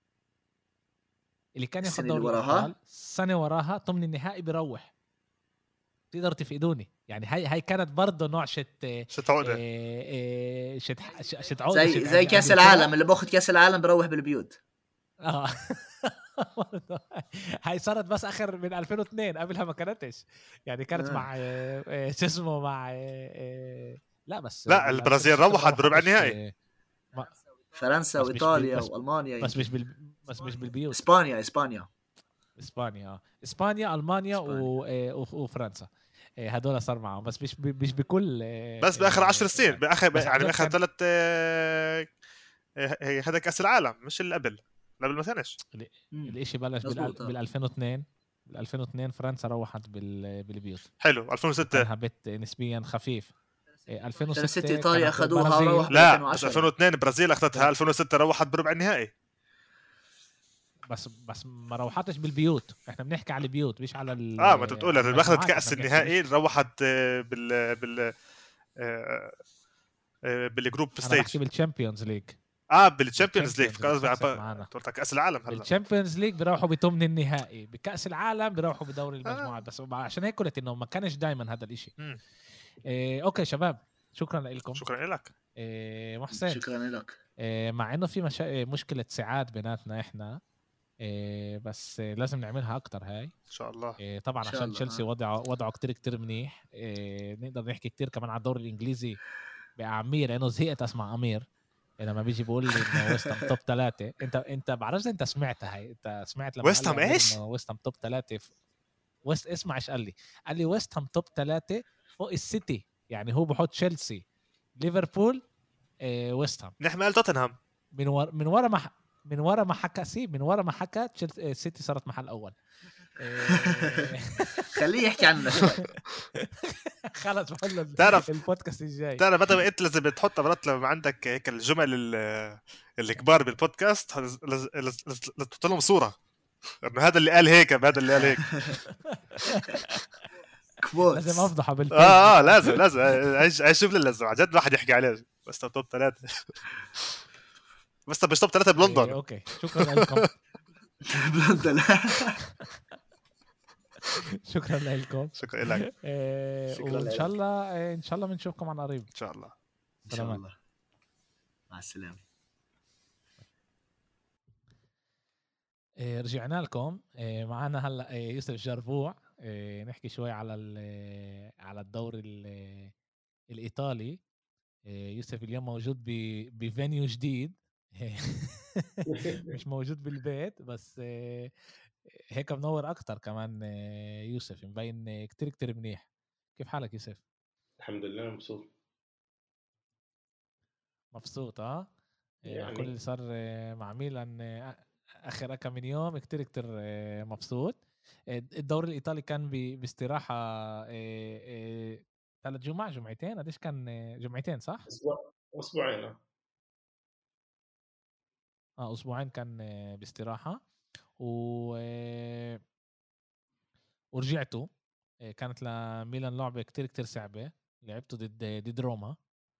اللي كان ياخد دور الابطال سنه وراها ثمن النهائي بيروح. تقدر تفيدوني يعني. هاي هاي كانت برضه نوع شت شت عقده إيه شت شت عقده زي زي كاس العالم اللي باخذ كاس العالم بروح بالبيوت. اه هاي صارت بس اخر من ألفين واثنين قبلها ما كانتش يعني كانت آه. مع شو اسمه مع لا بس لا البرازيل روحت بربع النهائي. فرنسا وايطاليا والمانيا بس مش بال... بس مش بالبيوت. اسبانيا اسبانيا اسبانيا اسبانيا المانيا و... وفرنسا هذول صار معهم بس مش ب... مش بكل بس باخر عشر سنين باخر يعني باخر ثلاث هذا كاس العالم مش اللي قبل قبل ما كانش الاشي بلش بال بال ألفين واثنين بال ألفين واثنين فرنسا روحت بال... بالبيوت. حلو ألفين وستة هبت نسبيا خفيف. ألفين وستة ايطاليا اخذوها وروحت. لا بس ألفين واثنين البرازيل اخذتها. ألفين وستة روحت بربع النهائي بس بس ما روحتش بالبيوت. احنا بنحكي على البيوت مش على ال اه ما انت بتقول اللي اخذت كاس النهائي روحت بال بال بالجروب ستيج. انا بحكي بالتشامبيونز ليج. اه بالتشامبيونز ليج قصدي كاس العالم. هلا بالتشامبيونز ليج بيروحوا بثمن النهائي. بكاس العالم بيروحوا بدوري المجموعات. آه. بس عشان هيك قلت انه ما كانش دائما هذا الاشي. إيه اوكي شباب شكرا لكم. شكرا لك إيه محسن. شكرا لك. إيه مع انه في مشا... مشكله سعاد بيناتنا احنا إيه بس إيه لازم نعملها اكتر هاي ان شاء الله. إيه طبعا عشان تشيلسي وضعه وضعه كتير كتير منيح. إيه نقدر نحكي كتير كمان على الدوري الانجليزي. بأمير لأنه زهقت أسمع أمير لما بيجي بيقول لي إنه ويستام توب ثلاثة. أنت أنت بعرفش أنت سمعتها هاي، أنت سمعت لما قال لي ويست هام أمير ايش؟ إنه ويستام توب ثلاثة في... ويست اسمع إيش قال لي، قال لي ويستام توب ثلاثة فوق السيتي، يعني هو بحط تشيلسي ليفربول إيه ويستام نحن قال توتنهام من ورا من ورا ما من ورا ما حكى سي من ورا ما حكى السيتي صارت محل اول. إيه... خليه يحكي عننا شوي. خلص بقول له تعرف البودكاست الجاي. تعرف بدل انت لازم تحط مرات لما عندك هيك الجمل الكبار بالبودكاست لازم تحط لهم صوره انه هذا اللي قال هيك، هذا اللي قال هيك. لازم افضحه بالفيسبوك. اه اه لازم لازم عايش عايش شوف لازم عن جد واحد يحكي عليه. بس توب ثلاثة بس مش توب ثلاثة بلندن. إيه اوكي شكرا لكم. بلندن. شكرا لكم. شكرا لك. إيه وان شاء الله إيه ان شاء الله بنشوفكم عن قريب ان شاء الله. ان شاء الله. مع السلامه. إيه رجعنا لكم. إيه معنا هلا إيه يوسف جربوع. إيه نحكي شوي على على الدوري الايطالي. إيه يوسف اليوم موجود بفينيو جديد مش موجود بالبيت بس إيه هيك منور اكتر كمان. إيه يوسف مبين كتير كتير منيح. كيف حالك يوسف؟ الحمد لله مبسوط. مبسوط اه إيه يعني كل اللي صار مع ميلان اخر كم من يوم كتير كتير مبسوط. الدوري الايطالي كان باستراحه ثلاث جمعة جمعتين قديش كان؟ جمعتين صح؟ اسبوع اسبوعين اه اسبوعين كان باستراحه و ورجعتوا. كانت لميلان لعبه كتير كتير صعبه، لعبتوا ضد ضد روما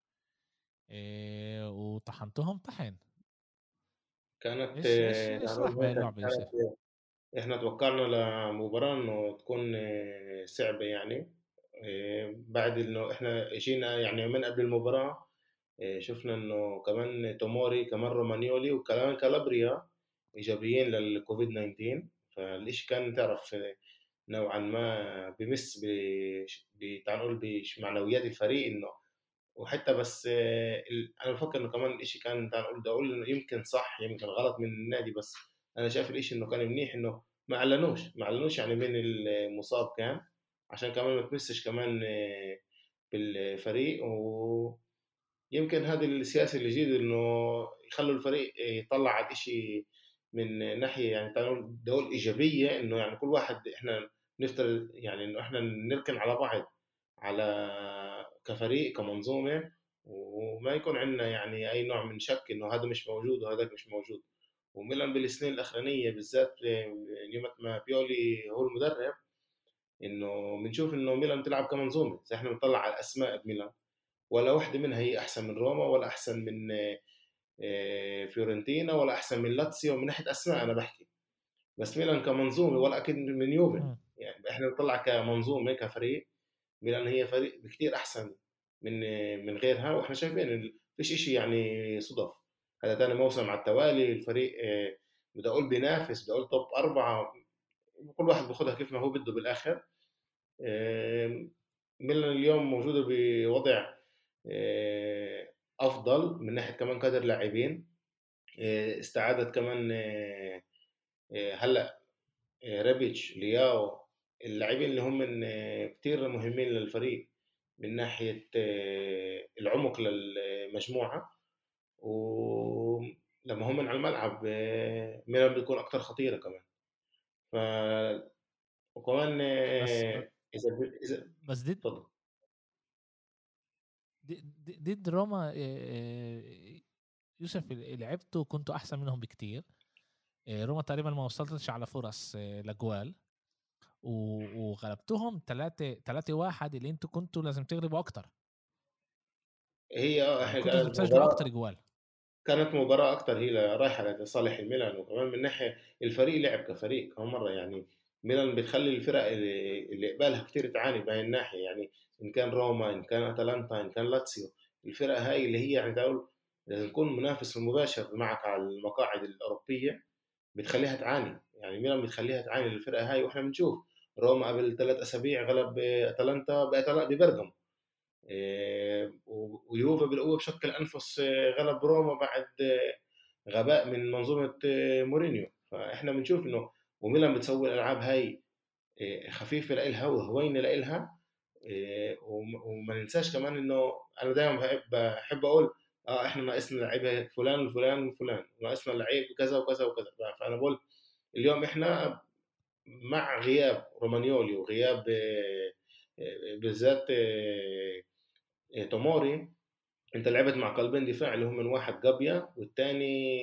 وطحنتهم طحن. كانت ايش ايش ايش راح بهاي اللعبه يوسف؟ احنا توقعنا لمباراة انه تكون صعبة يعني. بعد انه احنا جينا يعني من قبل المباراة شفنا انه كمان توموري كمان رومانيولي وكمان كالابريا ايجابيين للكوفيد تسعة عشر. فالإشي كان تعرف نوعا ما بمس تعال نقول بمعنويات الفريق انه وحتى بس انا بفكر انه كمان الاشي كان تعال نقول اقول انه يمكن صح يمكن غلط من النادي، بس انا شايف الاشي انه كان منيح انه ما اعلنوش ما اعلنوش يعني مين المصاب كان عشان كمان ما تمسش كمان بالفريق. ويمكن هذه السياسة الجديدة انه يخلوا الفريق يطلع على الاشي من ناحية يعني تعال نقول دول ايجابية، انه يعني كل واحد احنا نفترض يعني انه احنا نركن على بعض على كفريق كمنظومة وما يكون عندنا يعني أي نوع من شك إنه هذا مش موجود وهذاك مش موجود. وميلان بالسنين الأخرانية بالذات يوم ما بيولي هو المدرب إنه بنشوف إنه ميلان تلعب كمنظومة. زي إحنا بنطلع على الأسماء بميلان ولا واحدة منها هي أحسن من روما ولا أحسن من فيورنتينا ولا أحسن من لاتسيو من ناحية أسماء أنا بحكي، بس ميلان كمنظومة ولا أكيد من يوفي. يعني إحنا بنطلع كمنظومة كفريق ميلان هي فريق بكتير أحسن من من غيرها. واحنا شايفين فيش اشي يعني صدف، هذا تاني موسم على التوالي الفريق بدي اقول بينافس، بدي اقول توب أربعة، كل واحد بياخدها كيف ما هو بده بالاخر. ميلان اليوم موجوده بوضع افضل من ناحيه كمان كادر لاعبين، استعادت كمان هلا ريبيتش لياو اللاعبين اللي هم كتير مهمين للفريق من ناحية العمق للمجموعة، ولما هم على الملعب ميلان بيكون أكتر خطيرة كمان. ف وكمان بس إذا إذا بس دي دي دي روما يوسف لعبتوا كنتوا أحسن منهم بكتير. روما تقريبا ما وصلتش على فرص لجوال وغلبتهم ثلاثة ثلاثة واحد اللي انتوا كنتوا لازم تغلبوا اكتر. هي يعني كنتوا لازم تسجلوا اكتر جوال. كانت مباراة اكتر هي رايحة لصالح الميلان، وكمان من ناحية الفريق لعب كفريق كم مرة يعني ميلان بتخلي الفرق اللي, اللي قبالها كتير تعاني بهاي الناحية، يعني ان كان روما ان كان اتلانتا ان كان لاتسيو، الفرق هاي اللي هي يعني تقول لازم تكون منافس مباشر معك على المقاعد الأوروبية بتخليها تعاني. يعني ميلان بتخليها تعاني للفرقة هاي، واحنا بنشوف روما قبل ثلاث أسابيع غلب أتلانتا ببرغم، ويوفا بالقوة بشكل أنفس غلب روما بعد غباء من منظومة مورينيو. فإحنا بنشوف إنه وميلان بتسوي الألعاب هاي خفيفة لإلها وهوينة لإلها. وما ننساش كمان إنه أنا دايما بحب بحب أقول اه احنا ناقصنا لعيبه فلان وفلان وفلان، ناقصنا لعيب كذا وكذا وكذا. فانا بقول اليوم احنا مع غياب رومانيولي وغياب بالذات توموري، انت لعبت مع قلبين دفاع اللي هم من واحد جابيا والتاني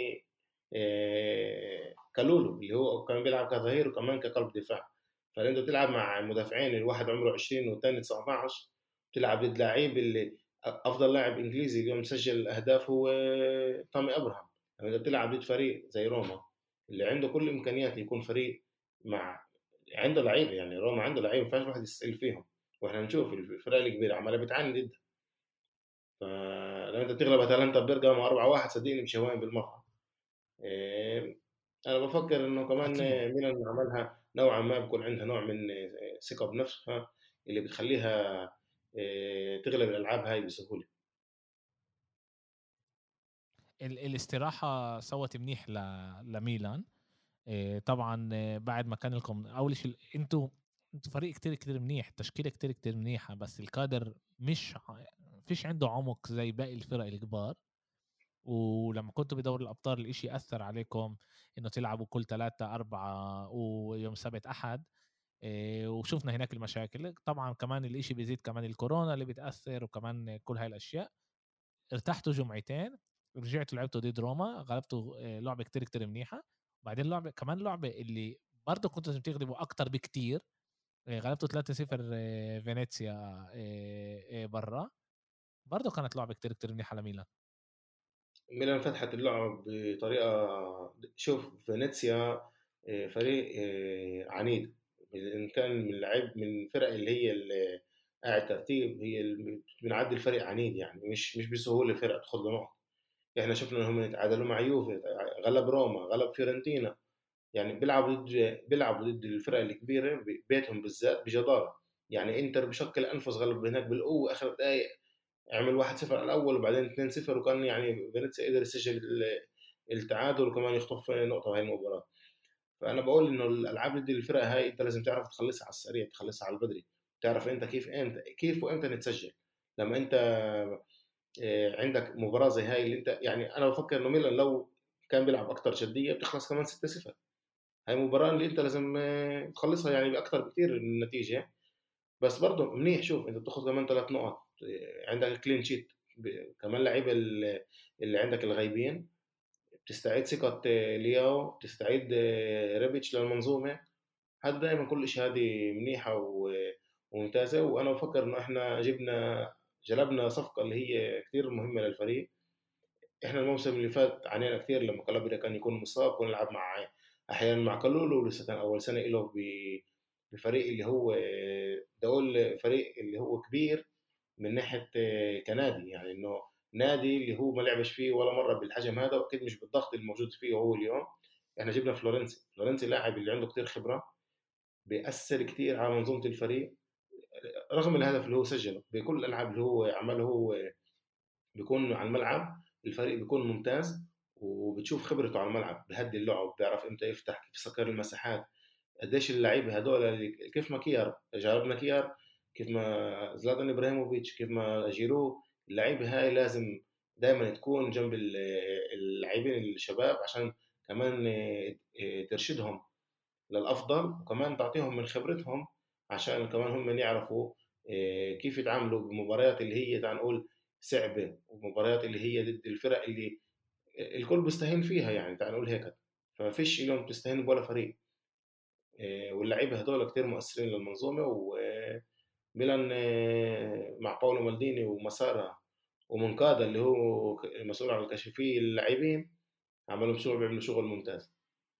كالولو اللي هو كان بيلعب كظهير وكمان كقلب دفاع. فانت بتلعب مع مدافعين، الواحد عمره عشرين والثاني تسعتاشر، بتلعب ضد لعيب اللي افضل لاعب انجليزي اليوم مسجل اهداف هو تامي ابراهام. يعني انت بتلعب ضد فريق زي روما اللي عنده كل الامكانيات يكون فريق مع عنده لعيبه، يعني روما عنده لعيبه ما ينفعش واحد يستقل فيهم، واحنا نشوف الفرق الكبيره عماله بتعاني ضد. فلما انت تغلب اتلانتا ببرغامو أربعة واحد صدقني مش هوين بالمره. إيه انا بفكر انه كمان أكيد. ميلان عملها نوعا ما بيكون عندها نوع من ثقه بنفسها اللي بتخليها إيه تغلب الالعاب هاي بسهوله. ال- الاستراحة سوت منيح ل- لميلان. إيه، طبعا إيه، بعد ما كان لكم اول شيء انتوا انتوا فريق كتير كتير منيح، تشكيلة كتير كتير منيحة، بس الكادر مش ع- فيش عنده عمق زي باقي الفرق الكبار. ولما كنتوا بدور الأبطال الإشي أثر عليكم إنه تلعبوا كل ثلاثة أربعة ويوم سبت أحد. إيه، وشوفنا هناك المشاكل. طبعا كمان الإشي بيزيد كمان الكورونا اللي بتأثر، وكمان كل هاي الأشياء. ارتحتوا جمعتين، رجعتوا لعبتوا ضد روما، غلبتوا إيه، لعبة كتير كتير منيحة. وبعدين لعبة كمان لعبة اللي برضه كنتوا لازم تغلبوا أكتر بكتير. إيه، غلبتوا ثلاثة صفر إيه، فينيسيا إيه، إيه، برا. برضه كانت لعبة كتير كتير منيحة لميلان. ميلان فتحت اللعب بطريقه، شوف فينيسيا إيه، فريق إيه، عنيد. ان كان من لعيب من الفرق اللي هي اللي قاعد ترتيب، هي اللي بنعدي الفريق عنيد، يعني مش مش بسهوله الفرق تاخد له نقط. احنا شفنا انهم يتعادلوا مع يوفي، غلب روما، غلب فيورنتينا. يعني بيلعبوا ضد بيلعبوا ضد الفرق الكبيره بيتهم بالذات بجداره. يعني انتر بشكل انفس غلب هناك بالقوه اخر دقائق، عمل واحد صفر على الاول وبعدين اثنين صفر، وكان يعني فينيسيا قدر يسجل التعادل وكمان يخطف نقطه بهاي المباراه. فانا بقول انه الالعاب ضد الفرق هاي انت لازم تعرف تخلصها على السريع، تخلصها على البدري، تعرف انت كيف امتى كيف وامتى نتسجل. لما انت آه، عندك مباراه زي هاي اللي انت، يعني انا بفكر انه ميلان لو كان بيلعب اكتر جديه بتخلص كمان ستة صفر. هاي المباراه اللي انت لازم آه، تخلصها يعني باكتر بكثير من النتيجه. بس برضه منيح، شوف انت بتاخذ كمان ثلاث نقط، آه، عندك كلين شيت، كمان لعيبه اللي اللي عندك الغايبين، بتستعيد ثقه آه، لياو، بتستعيد آه، ريبيتش للمنظومه. هذا دائما كل شيء هذه منيحه و- وممتازه. وانا بفكر انه احنا جبنا جلبنا صفقه اللي هي كثير مهمه للفريق. احنا الموسم اللي فات عانينا كثير لما كالابريا كان يكون مصاب، كنا نلعب مع احيانا مع كالولو، ولسه كان اول سنه له ب- بفريق اللي هو دول فريق اللي هو كبير من ناحيه كنادي، يعني انه نادي اللي هو ما لعبش فيه ولا مره بالحجم هذا، واكيد مش بالضغط الموجود فيه هو اليوم. احنا جبنا فلورنسي فلورنسي لاعب اللي عنده كثير خبره، بيأثر كثير على منظومه الفريق، رغم الهدف اللي هو سجله بكل الالعاب اللي هو عمله. هو بيكون على الملعب الفريق بيكون ممتاز، وبتشوف خبرته على الملعب، بهدي اللعب، بيعرف امتى يفتح، كيف يسكر المساحات. قديش اللعيبه هدول اللي كيف ما كيار جربنا كيار، كيف ما زلاتان ابراهيموفيتش، كيف ما جيرو. اللعيبه هاي لازم دائما تكون جنب اللاعبين الشباب عشان كمان ترشدهم للافضل، وكمان تعطيهم من خبرتهم عشان كمان هم يعرفوا كيف يتعاملوا بمباريات اللي هي تعال نقول صعبه، ومباريات اللي هي ضد الفرق اللي الكل بيستهين فيها، يعني تعال نقول هيك. فما فيش اليوم بتستهين بولا فريق. واللعيبه هذول كتير مؤثرين للمنظومه. وميلان مع باولو مالديني ومسارا ومونكادا اللي هو مسؤول عن الكشفيه اللاعبين، عملوا شغل بيعملوا شغل ممتاز.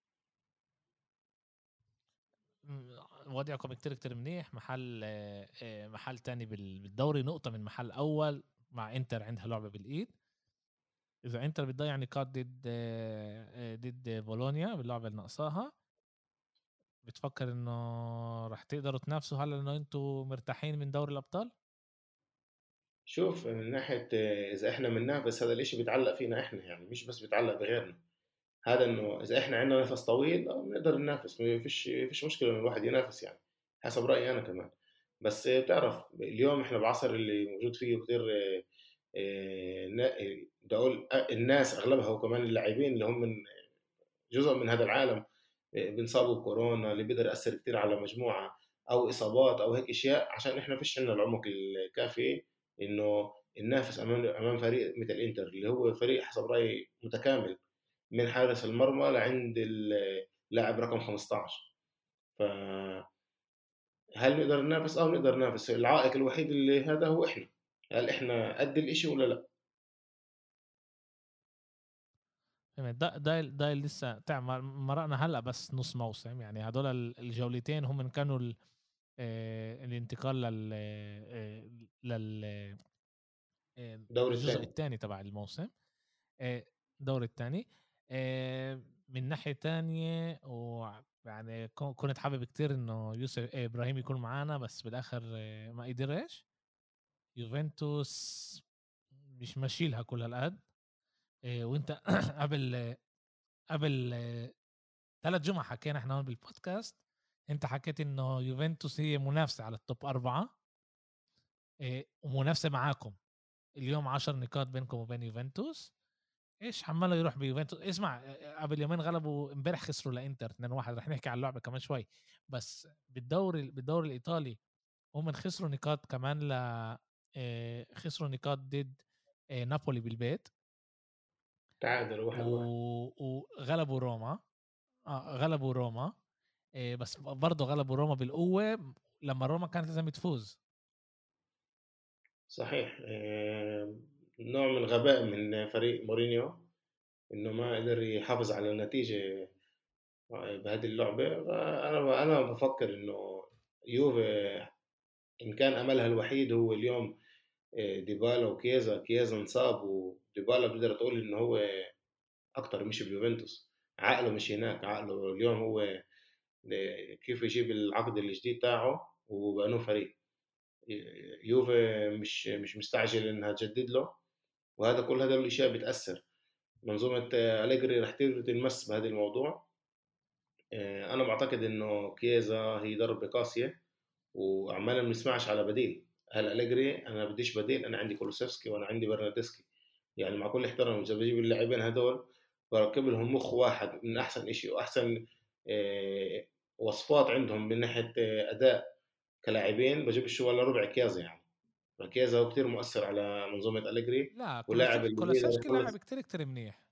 م- وضعكم كتير كتير منيح. محل آه، آه، محل تاني بال- بالدوري، نقطة من محل أول، مع إنتر عندها لعبة بالإيد. إذا إنتر بتضيع نقاط ضد آه، آه، ضد بولونيا باللعبة اللي ناقصاها، بتفكر إنه رح تقدروا تنافسوا هلا إنه أنتوا مرتاحين من دوري الأبطال؟ شوف من ناحية آه، إذا إحنا بننافس، هذا الإشي بيتعلق فينا إحنا، يعني مش بس بيتعلق بغيرنا. هذا إنه إذا إحنا عندنا نفس طويل آه، بنقدر ننافس، ما فيش فيش مشكلة إن الواحد ينافس يعني، حسب رأيي أنا كمان. بس آه، بتعرف اليوم إحنا بعصر اللي موجود فيه كتير آه، آه، نا- آه، بدي أقول آه، الناس أغلبها وكمان اللاعبين اللي هم من جزء من هذا العالم آه، بنصابوا بكورونا، اللي بيقدر يأثر كتير على مجموعة أو إصابات أو هيك أشياء، عشان إحنا فيش عندنا العمق الكافي إنه ننافس أمام أمام فريق مثل إنتر اللي هو فريق حسب رأيي متكامل من حارس المرمى لعند اللاعب رقم خمستاشر. فهل نقدر ننافس؟ اه نقدر ننافس، العائق الوحيد اللي هذا هو احنا، هل احنا قد الاشي ولا لا؟ فهمت؟ ده ده ده لسه تعمل مرقنا هلا بس نص موسم، يعني هدول الجولتين هم كانوا ال- آه، الانتقال لل آه، لل آه، الدوري للجزء الثاني. الثاني تبع الموسم، آه، الدور الثاني. من ناحية تانية ويعني كو- كنت حابب كتير انه يوسف آه، ابراهيم يكون معانا، بس بالاخر آه، ما قدرش. يوفنتوس مش ماشيلها كل هالقد. آه، وانت قبل قبل ثلاث جمعة حكينا احنا هون بالبودكاست، انت حكيت انه يوفنتوس هي منافسة على التوب أربعة إيه، ومنافسة معاكم. اليوم عشر نقاط بينكم وبين يوفنتوس. ايش عماله يروح بيوفنتوس؟ اسمع آه، قبل يومين غلبوا، امبارح خسروا لانتر اثنين واحد، رح نحكي عن اللعبة كمان شوي. بس بالدوري بالدوري الإيطالي هم خسروا نقاط كمان ل إيه، خسروا نقاط ضد إيه، نابولي بالبيت، تعادل واحد واحد. و- وغلبوا روما. اه غلبوا روما. إيه بس برضه غلبوا روما بالقوة لما روما كانت لازم تفوز. صحيح. آه، نوع من غباء من فريق مورينيو انه ما قدر يحافظ على النتيجة آه، بهذه اللعبة. انا انا بفكر انه يوفي ان كان املها الوحيد هو اليوم آه، ديبالا وكيزا، كيزا انصاب وديبالا بتقدر تقول ان هو اكتر مش بيوفنتوس، عقله مش هناك، عقله اليوم هو كيف يجيب العقد الجديد تاعه وبأنه فريق. يوفي مش مش مستعجل انها تجدد له، وهذا كل هذا الاشياء بتاثر. منظومه أليجري رح تلمس بهذا الموضوع. انا بعتقد انه كيزا هي ضربه قاسيه، وعمالنا ما بنسمعش على بديل. هل أليجري انا بديش بديل، انا عندي كولوسيفسكي وانا عندي برناردسكي، يعني مع كل احترامي اذا بجيب اللاعبين هدول بركب لهم مخ واحد من احسن شيء واحسن آه، وصفات عندهم من ناحيه آه، اداء كلاعبين، بجيبش ولا ربع كيازا يعني. فكيازا هو كتير مؤثر على منظومه أليجري، لا ولاعب كولاسيفسكي اللي بيقدر كولاسيفسكي لاعب يخلص. كتير كتير منيح.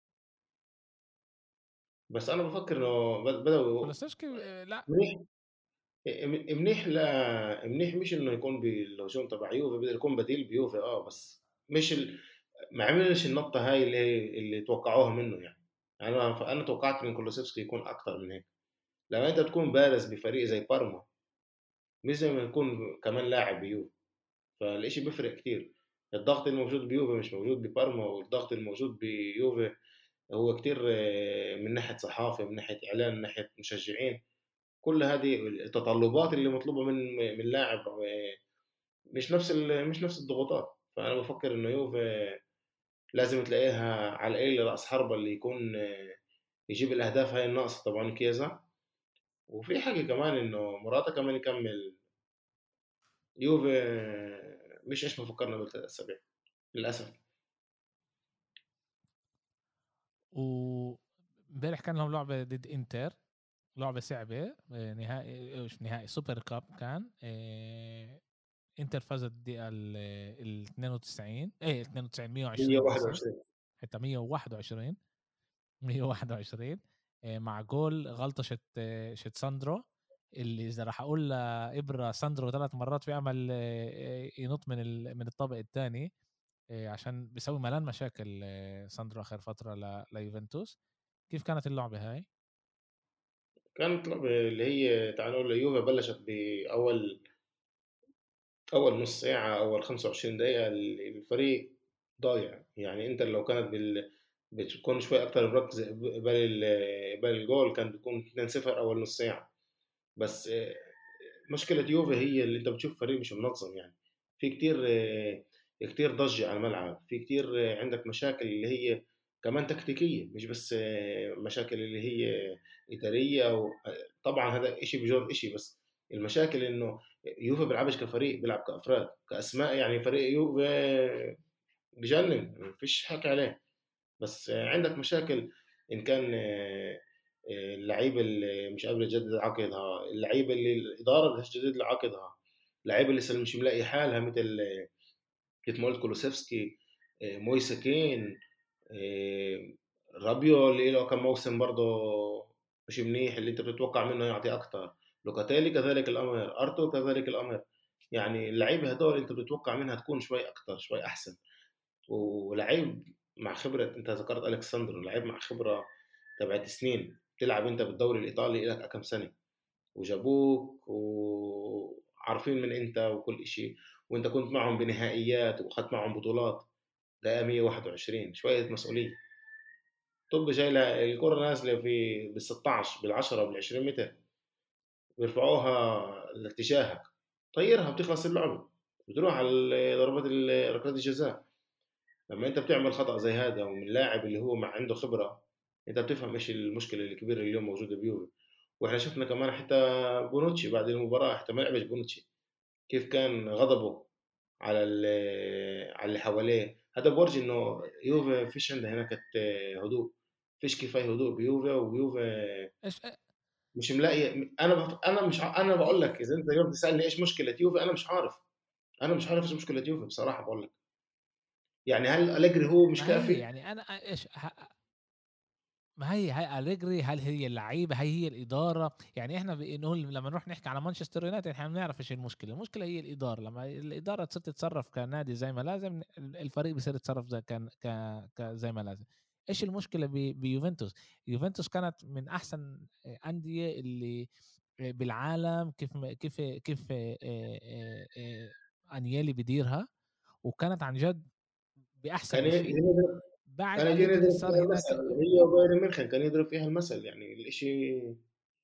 بس انا بفكر انه بد- بدأوا كولاسيفسكي آه، لا. منيح. منيح لا منيح مش انه يكون بالهجوم تبع يوفي، بده يكون بديل بيوفي اه، بس مش ال... ما عملش النطه هاي اللي هي اللي توقعوها منه يعني. انا انا توقعت من كولوسيفسكي يكون اكتر من هيك. لما انت تكون بارز بفريق زي بارما، مش زي ما يكون كمان لاعب بيوفي، فالاشي بيفرق كتير. الضغط الموجود بيوفي مش موجود ببارما، والضغط الموجود بيوفي هو كتير آه، من ناحية صحافة، من ناحية إعلان، من ناحية مشجعين. كل هذه التطلبات اللي مطلوبة من من لاعب آه، مش نفس ال- مش نفس الضغوطات. فأنا بفكر إنه يوفي لازم تلاقيها على الأقل رأس حربة اللي يكون آه، يجيب الأهداف هاي الناقصة، طبعا كيزا. وفي حاجة كمان إنه مراتا كمان يكمل. يوفي آه، مش إيش ما فكرنا بالثلاث أسابيع للأسف. وامبارح كان لهم لعبة ضد انتر، لعبة صعبة آه، نهائي مش نهائي سوبر كاب كان آه، انتر فازت الدقيقة ال اثنين وتسعين ايه اثنين وتسعين مية وعشرين اسف، مية وواحد وعشرين. حتى مية وواحد وعشرين مية وواحد وعشرين آه، مع جول غلطة شت آه، شت ساندرو، اللي اذا راح اقول ابره ساندرو ثلاث مرات بيعمل آه، ينط من ال- من الطابق الثاني عشان بيسوي ملان مشاكل آه، ساندرو اخر فترة ل- ليوفنتوس. كيف كانت اللعبة هاي؟ كانت لعبة اللي هي تعال نقول اليوفي بلشت بأول أول نص ساعة، أول خمسة وعشرين دقيقة الفريق ضايع. يعني أنت لو كانت بال... بتكون شوي أكتر مركز قبل ال- قبل الجول كان بيكون اتنين صفر أول نص ساعة. بس آه، مشكلة يوفي هي اللي أنت بتشوف فريق مش منظم يعني. في كتير آه، كتير ضجة على الملعب، في كتير عندك مشاكل اللي هي كمان تكتيكية، مش بس مشاكل اللي هي إدارية و... طبعا هذا إشي بجر إشي، بس المشاكل إنه يوفي بيلعبش كفريق، بيلعب كأفراد كأسماء، يعني فريق يوفي بجنن مفيش حكي عليه، بس عندك مشاكل إن كان اللعيبة اللي مش قادرة تجدد عقدها، اللعيبة اللي الإدارة بدها تجدد لها عقدها، اللعيبة اللي لسه مش ملاقي حالها مثل كيف ما قلت كولوسيفسكي، مويس كين، رابيو اللي له كم موسم برضه مش منيح، اللي انت بتتوقع منه يعطي اكثر، لوكاتيلي كذلك الامر، ارتو كذلك الامر، يعني اللعيبه هدول انت بتتوقع منها تكون شوي اكثر شوي احسن، ولعيب مع خبره، انت ذكرت الكسندرو، لعيب مع خبره تبعت سنين، بتلعب انت بالدوري الايطالي لك كم سنه، وجابوك وعارفين من انت وكل شيء، وانت كنت معهم بنهائيات واخذت معهم بطولات، دقيقة مية وواحد وعشرين شوية مسؤولية، طب جاي لها الكرة نازلة في بال ستاشر بال عشرة بال عشرين متر، بيرفعوها لاتجاهك، طيرها بتخلص اللعبة، بتروح على ضربات ركلات الجزاء. لما انت بتعمل خطأ زي هذا ومن لاعب اللي هو مع عنده خبرة، انت بتفهم ايش المشكلة الكبيرة اللي اليوم موجودة بيوفي. واحنا شفنا كمان حتى بونوتشي بعد المباراة، حتى ما لعبش بونوتشي، كيف كان غضبه على على اللي حواليه، هذا بورجي انه يوفي فيش عنده هناك هدوء، فيش كفايه هدوء بيوفي، ويوفي ايش مش ملاقي. انا بف... انا مش ع... انا بقول لك اذا انت اليوم تسالني ايش مشكله يوفي، انا مش عارف، انا مش عارف ايش مشكله يوفي بصراحه بقول لك. يعني هل أليجري هو مش ما هي كافي؟ يعني انا ايش ما هي هاي أليجري، هل هي اللعيبه، هي هي الاداره؟ يعني احنا بنقول لما نروح نحكي على مانشستر يونايتد احنا بنعرف ايش المشكله. المشكله هي الاداره، لما الاداره تصير تتصرف كنادي زي ما لازم، الفريق بيصير يتصرف زي كان ك... ك... زي ما لازم. ايش المشكله ب... بيوفنتوس؟ يوفنتوس كانت من احسن انديه اللي بالعالم، كيف كيف كيف آه، آه، آه، انيلي بيديرها، وكانت عن جد باحسن كان إشي. يضرب بعد كان يجي أليجري يضرب صار فيها هناك. المثل، هي وبايرن ميونخ كان يضرب فيها المثل، يعني الاشي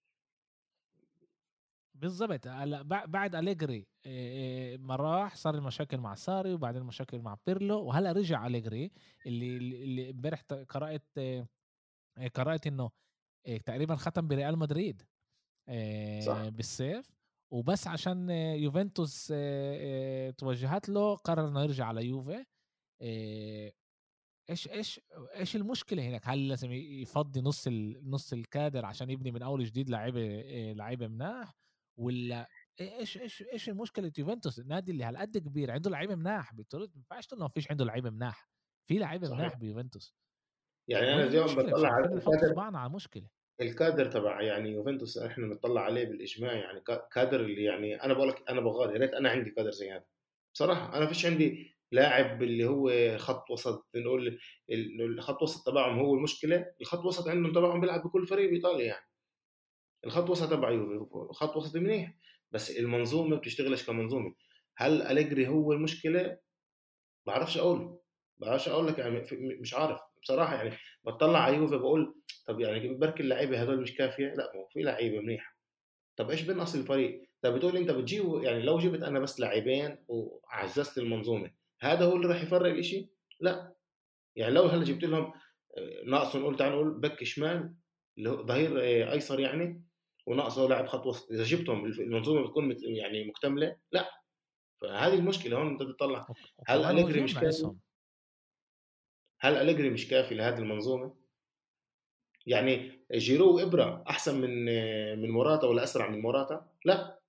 بالضبط. هلا بع- بعد أليجري إيه، ما راح صار المشاكل مع ساري، وبعدين المشاكل مع بيرلو، وهلا رجع أليجري اللي اللي امبارح ت- قرأت إيه، قرأت انه إيه، تقريبا ختم بريال مدريد إيه، صح. بالصيف، وبس عشان إيه، يوفنتوس إيه، إيه، توجهت له قرر انه يرجع على يوفي. إيه، ايش ايش ايش المشكله هناك؟ هل لازم يفضي نص ال... نص الكادر عشان يبني من اول جديد لعيبه إيه، لعيبه مناح؟ ولا ايش ايش ايش المشكله؟ يوفنتوس النادي اللي هالقد كبير عنده لعيبه مناح، بتقول ما ينفعش تقول ما فيش عنده لعيبه مناح، في لعيبه صحيح. مناح بيوفنتوس. يعني انا وين اليوم المشكله؟ مش بطلع على عارفين نحط الكادر، صباعنا على المشكله. الكادر تبع يعني يوفنتوس احنا بنطلع عليه بالاجماع، يعني كا- كادر اللي يعني انا بقول لك انا بغار، يا ريت انا عندي كادر زي هذا بصراحه. انا فيش عندي لاعب اللي هو خط وسط، نقول ال- الخط وسط تبعهم هو المشكله، الخط وسط عندهم تبعهم بيلعب بكل فريق بايطاليا، يعني الخط وسط تبع يوفي خط وسط منيح، بس المنظومه بتشتغلش كمنظومه. هل أليجري هو المشكله؟ بعرفش اقول، بعرفش اقول لك يعني في- مش عارف بصراحه، يعني بطلع على يوفي بقول طب يعني بركي اللعيبه هذول مش كافيه، لا ما هو في لعيبه منيحه، طب ايش بنقص الفريق؟ طب بتقول انت بتجيب، يعني لو جبت انا بس لاعبين وعززت المنظومه، هذا هو اللي راح يفرق الاشي؟ لا. يعني لو هلا جبت لهم آه، ناقصه، نقول تعال نقول بك شمال اللي هو ظهير آه، ايسر يعني، وناقصه لاعب خط وسط، اذا جبتهم المنظومه بتكون مت- يعني مكتمله؟ لا. فهذه المشكله هون، انت بتطلع وك- هل وكمان أليجري هجوم مش كافي؟ ناقصهم. هل أليجري مش كافي لهذه المنظومه؟ يعني جيرو وابره احسن من آه، من موراتا ولا اسرع من موراتا؟ لا.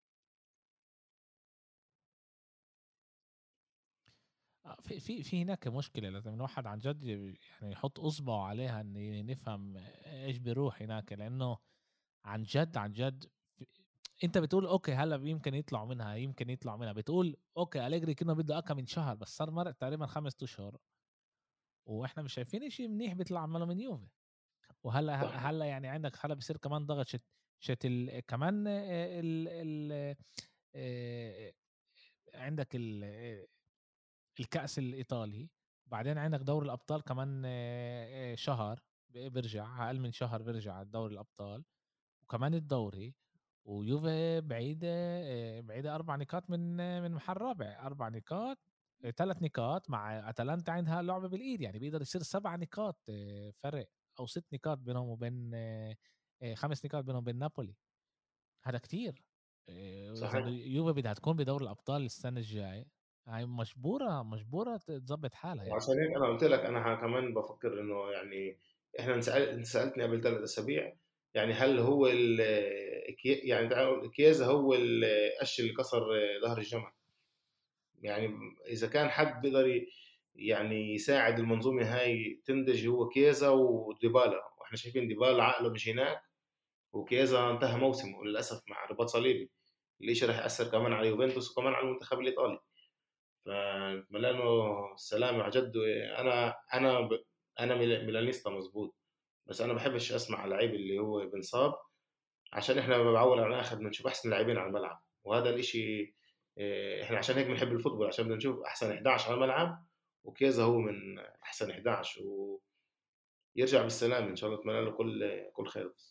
آه، في في في هناك مشكله لازم الواحد عن جد يعني يحط اصبعه عليها، ان نفهم ايش بيروح هناك. لانه عن جد عن جد انت بتقول اوكي هلا يمكن يطلعوا منها، يمكن يطلعوا منها. بتقول اوكي أليجري كنا بده اكا من شهر، بس صار مرق تقريبا خمس اشهر واحنا مش شايفين شيء منيح بيطلع عمله من يوفي. وهلا صح. هلا يعني عندك هلا بصير كمان ضغط شت شت ال كمان ال ال ال عندك ال الكأس الإيطالي، بعدين عندك دوري الأبطال كمان آه، آه، شهر بيرجع، أقل من شهر بيرجع دوري الأبطال، وكمان الدوري. ويوفي بعيدة آه، بعيدة أربع نقاط من آه، من محل رابع، أربع نقاط. ثلاث نقاط، مع اتلانتا عندها لعبه بالايد، يعني بيقدر يصير سبع نقاط آه، فرق او ست نقاط بينهم وبين آه، آه، خمس نقاط بينهم وبين نابولي. هذا كتير. آه، واذا صحيح. يوفي بدها تكون بدور الابطال السنه الجاي، هاي مجبوره مجبوره تظبط حالها يعني. وعشان هيك انا قلت لك انا ه- كمان بفكر انه يعني احنا نسأل انت سالتني قبل ثلاث اسابيع يعني هل هو ال كي- يعني تعال نقول كيازا هو القش اللي كسر ظهر الجمل. يعني اذا كان حد بيقدر ي- يعني يساعد المنظومه هاي تنتج هو كيازا وديبالا، واحنا شايفين ديبالا عقله مش هناك، وكيازا انتهى موسمه للاسف مع رباط صليبي. الاشي راح ياثر كمان على يوفنتوس وكمان على المنتخب الايطالي. فنتمنى له السلامة على جد. أنا أنا ب... أنا ميل- ميلانيستا مظبوط، بس أنا بحبش أسمع اللعيب اللي هو بنصاب، عشان إحنا بعول على الآخر بنشوف أحسن لاعبين على الملعب، وهذا الإشي إيه، إحنا عشان هيك بنحب الفوتبول، عشان بنشوف أحسن إحدى عشر على الملعب، وكيزا هو من أحسن إحدى عشر، ويرجع بالسلامة إن شاء الله. أتمنى له كل كل خير. بس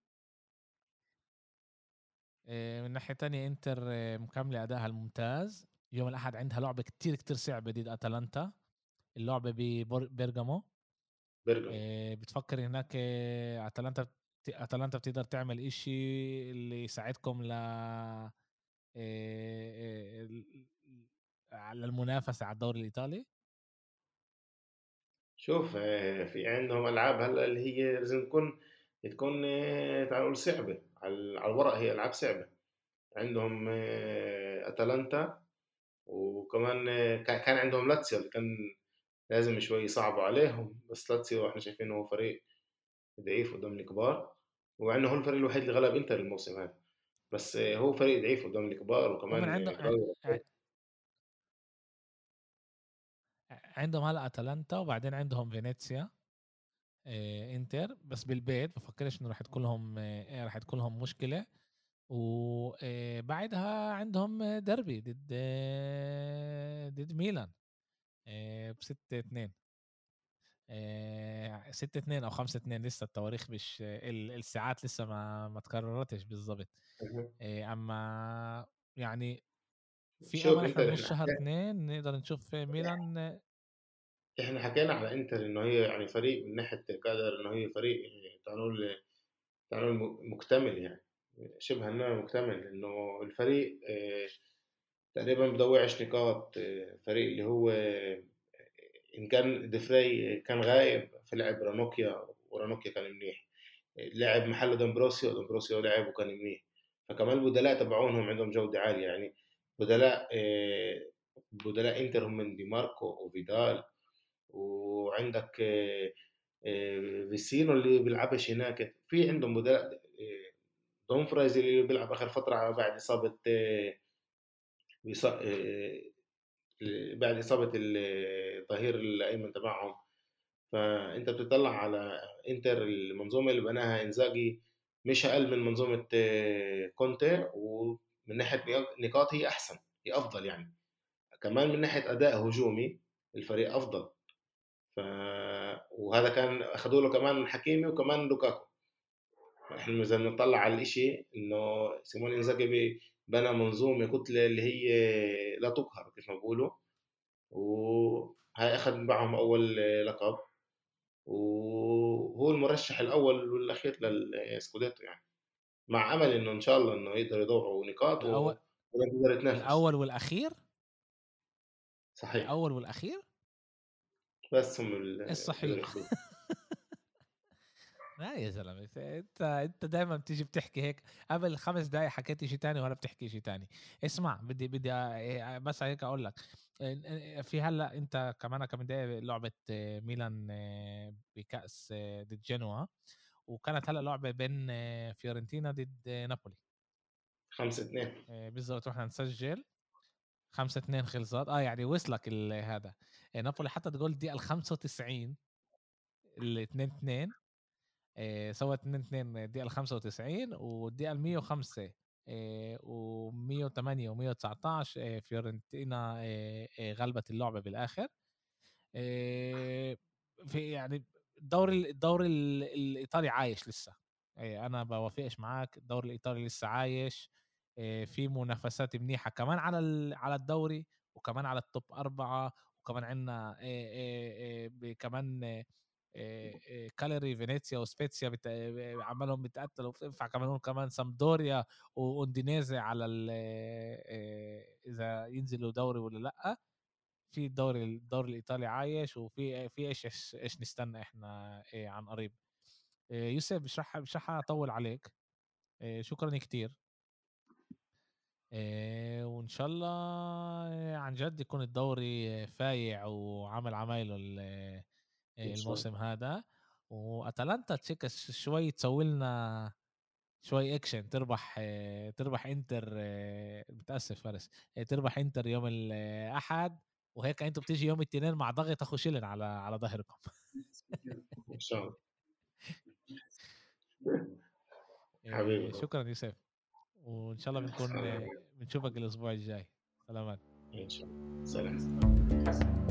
آه، من ناحيه تانية انتر آه، مكمله ادائها الممتاز. يوم الاحد عندها لعبه كتير كتير صعبه ضد اتلانتا، اللعبه ببرغامو. بيرجر. آه، بتفكر هناك آه، اتلانتا بت- اتلانتا بتقدر تعمل اشي اللي يساعدكم ل آه، آه، ال- على المنافسة على الدوري الإيطالي؟ شوف آه، في عندهم ألعاب هلا اللي هي لازم تكون تكون آه، تعال نقول صعبة على على الورق، هي ألعاب صعبة. عندهم آه، اتلانتا، وكمان آه، كان كان عندهم لاتسيو اللي كان لازم شوي يصعبوا عليهم، بس لاتسيو احنا شايفين هو فريق ضعيف قدام الكبار، وعنده هو الفريق الوحيد اللي غلب انتر الموسم هذا. بس آه، هو فريق ضعيف قدام الكبار، هم وكمان عندهم آه، براوي. عندهم هلا اتلانتا، وبعدين عندهم فينيسيا. آه، انتر بس بالبيت، بفكرش انه راح تكون لهم آه، راح تكون لهم مشكلة. وبعدها عندهم دربي ضد آه، ضد ميلان آه، بستة اتنين. آه، ستة اتنين او خمسة اتنين، لسه التواريخ مش ال- الساعات لسه ما ما تكررتش بالضبط. مهم. آه، اما يعني في شوف امل انت احنا بنص احنا شهر حكينا اتنين نقدر نشوف ميلان. آه، احنا حكينا على انتر انه هي يعني فريق من ناحيه كادر، انه هي فريق آه، تعال نقول تعال نقول م- مكتمل يعني، شبه انه مكتمل، انه الفريق آه، تقريبا بضوعش نقاط. آه، فريق اللي هو آه، إن كان ديفراي كان غايب في لعب رانوكيا، ورانوكيا كان منيح. لعب محله دومبروسيو، دومبروسيو لعب وكان منيح. فكمان البدلاء تبعونهم عندهم جودة عالية يعني. بدلاء آه، بدلاء انتر هم من دي ماركو وفيدال، وعندك آه، آه، فيسينو اللي بيلعبش هناك. في عندهم بدلاء آه، دومفرايز اللي بيلعب اخر فترة بعد اصابة آه، بيص- آه، بعد اصابة الظهير الايمن تبعهم. فانت بتطلع على انتر، المنظومه اللي بناها انزاجي مش اقل من منظومه آه، كونتي، ومن ناحيه نقاط هي احسن، هي افضل يعني. كمان من ناحيه اداء هجومي الفريق افضل. ف وهذا كان اخذوا له كمان حكيمي وكمان لوكاكو. احنا اذا بنطلع على الاشي انه سيمون انزاجي بنى منظومه كتله اللي هي لا تقهر كيف ما بقولوا، وهاي اخذ معهم اول لقب، وهو المرشح الاول والاخير للسكوديتو يعني، مع امل انه ان شاء الله انه يقدر يضوعوا نقاط الاول و- ويقدر يتنافس. الاول والاخير صحيح. الاول والاخير بس هم اللي بيقدروا الصحيح. ياخذوه. لا يا زلمه، انت انت دايما بتيجي بتحكي هيك، قبل خمس دقايق حكيت شيء تاني ولا بتحكي شيء تاني. اسمع، بدي بدي أ- بس هيك اقول لك. في هلا انت كمان كم دقيقه لعبه ميلان بكاس ضد جنوا، وكانت هلا لعبه بين فيورنتينا ضد نابولي. خمسة اثنين. بالضبط، رحنا نسجل خمسة اتنين خلصت. اه يعني وصلك ال- هذا نابولي حتى جول الدقيقه ال خمسة وتسعين، ال اتنين اتنين. آه، سوى اتنين اتنين الدقيقة ال خمسة وتسعين، والدقيقة ال مية وخمسة و مية وتمانية و مية وتسعتاشر فيورنتينا آه، آه، غلبت اللعبة بالآخر. آه، في يعني الدوري الدوري ال- الإيطالي عايش لسه. آه، أنا بوافقش معاك، الدوري الإيطالي لسه عايش. آه، في منافسات منيحة كمان على ال- على الدوري، وكمان على التوب أربعة، وكمان عندنا كمان كاليري فينيسيا وسبيتسيا بت... عملهم بيتقتلوا. بتنفع كمان كمان سامدوريا واوندينيزي على ال... اذا ينزلوا دوري ولا لا. في الدوري الدوري الايطالي عايش، وفي في ايش ايش, إيش نستنى احنا إيه عن قريب. إيه يوسف مش رح مش رح اطول عليك. إيه شكرا كتير. إيه وان شاء الله عن جد يكون الدوري فايع وعمل عمايله الموسم هذا، واتلانتا تشيك شوي تسوي لنا شوي اكشن، تربح تربح انتر. متاسف فارس، تربح انتر يوم الاحد، وهيك انتوا بتيجي يوم الاثنين مع ضغط اخو شيلن على على ظهركم. ان شاء الله حبيبي. شكرا يوسف، وان شاء الله بنكون بنشوفك الاسبوع الجاي. سلامات. ان شاء الله. سلام.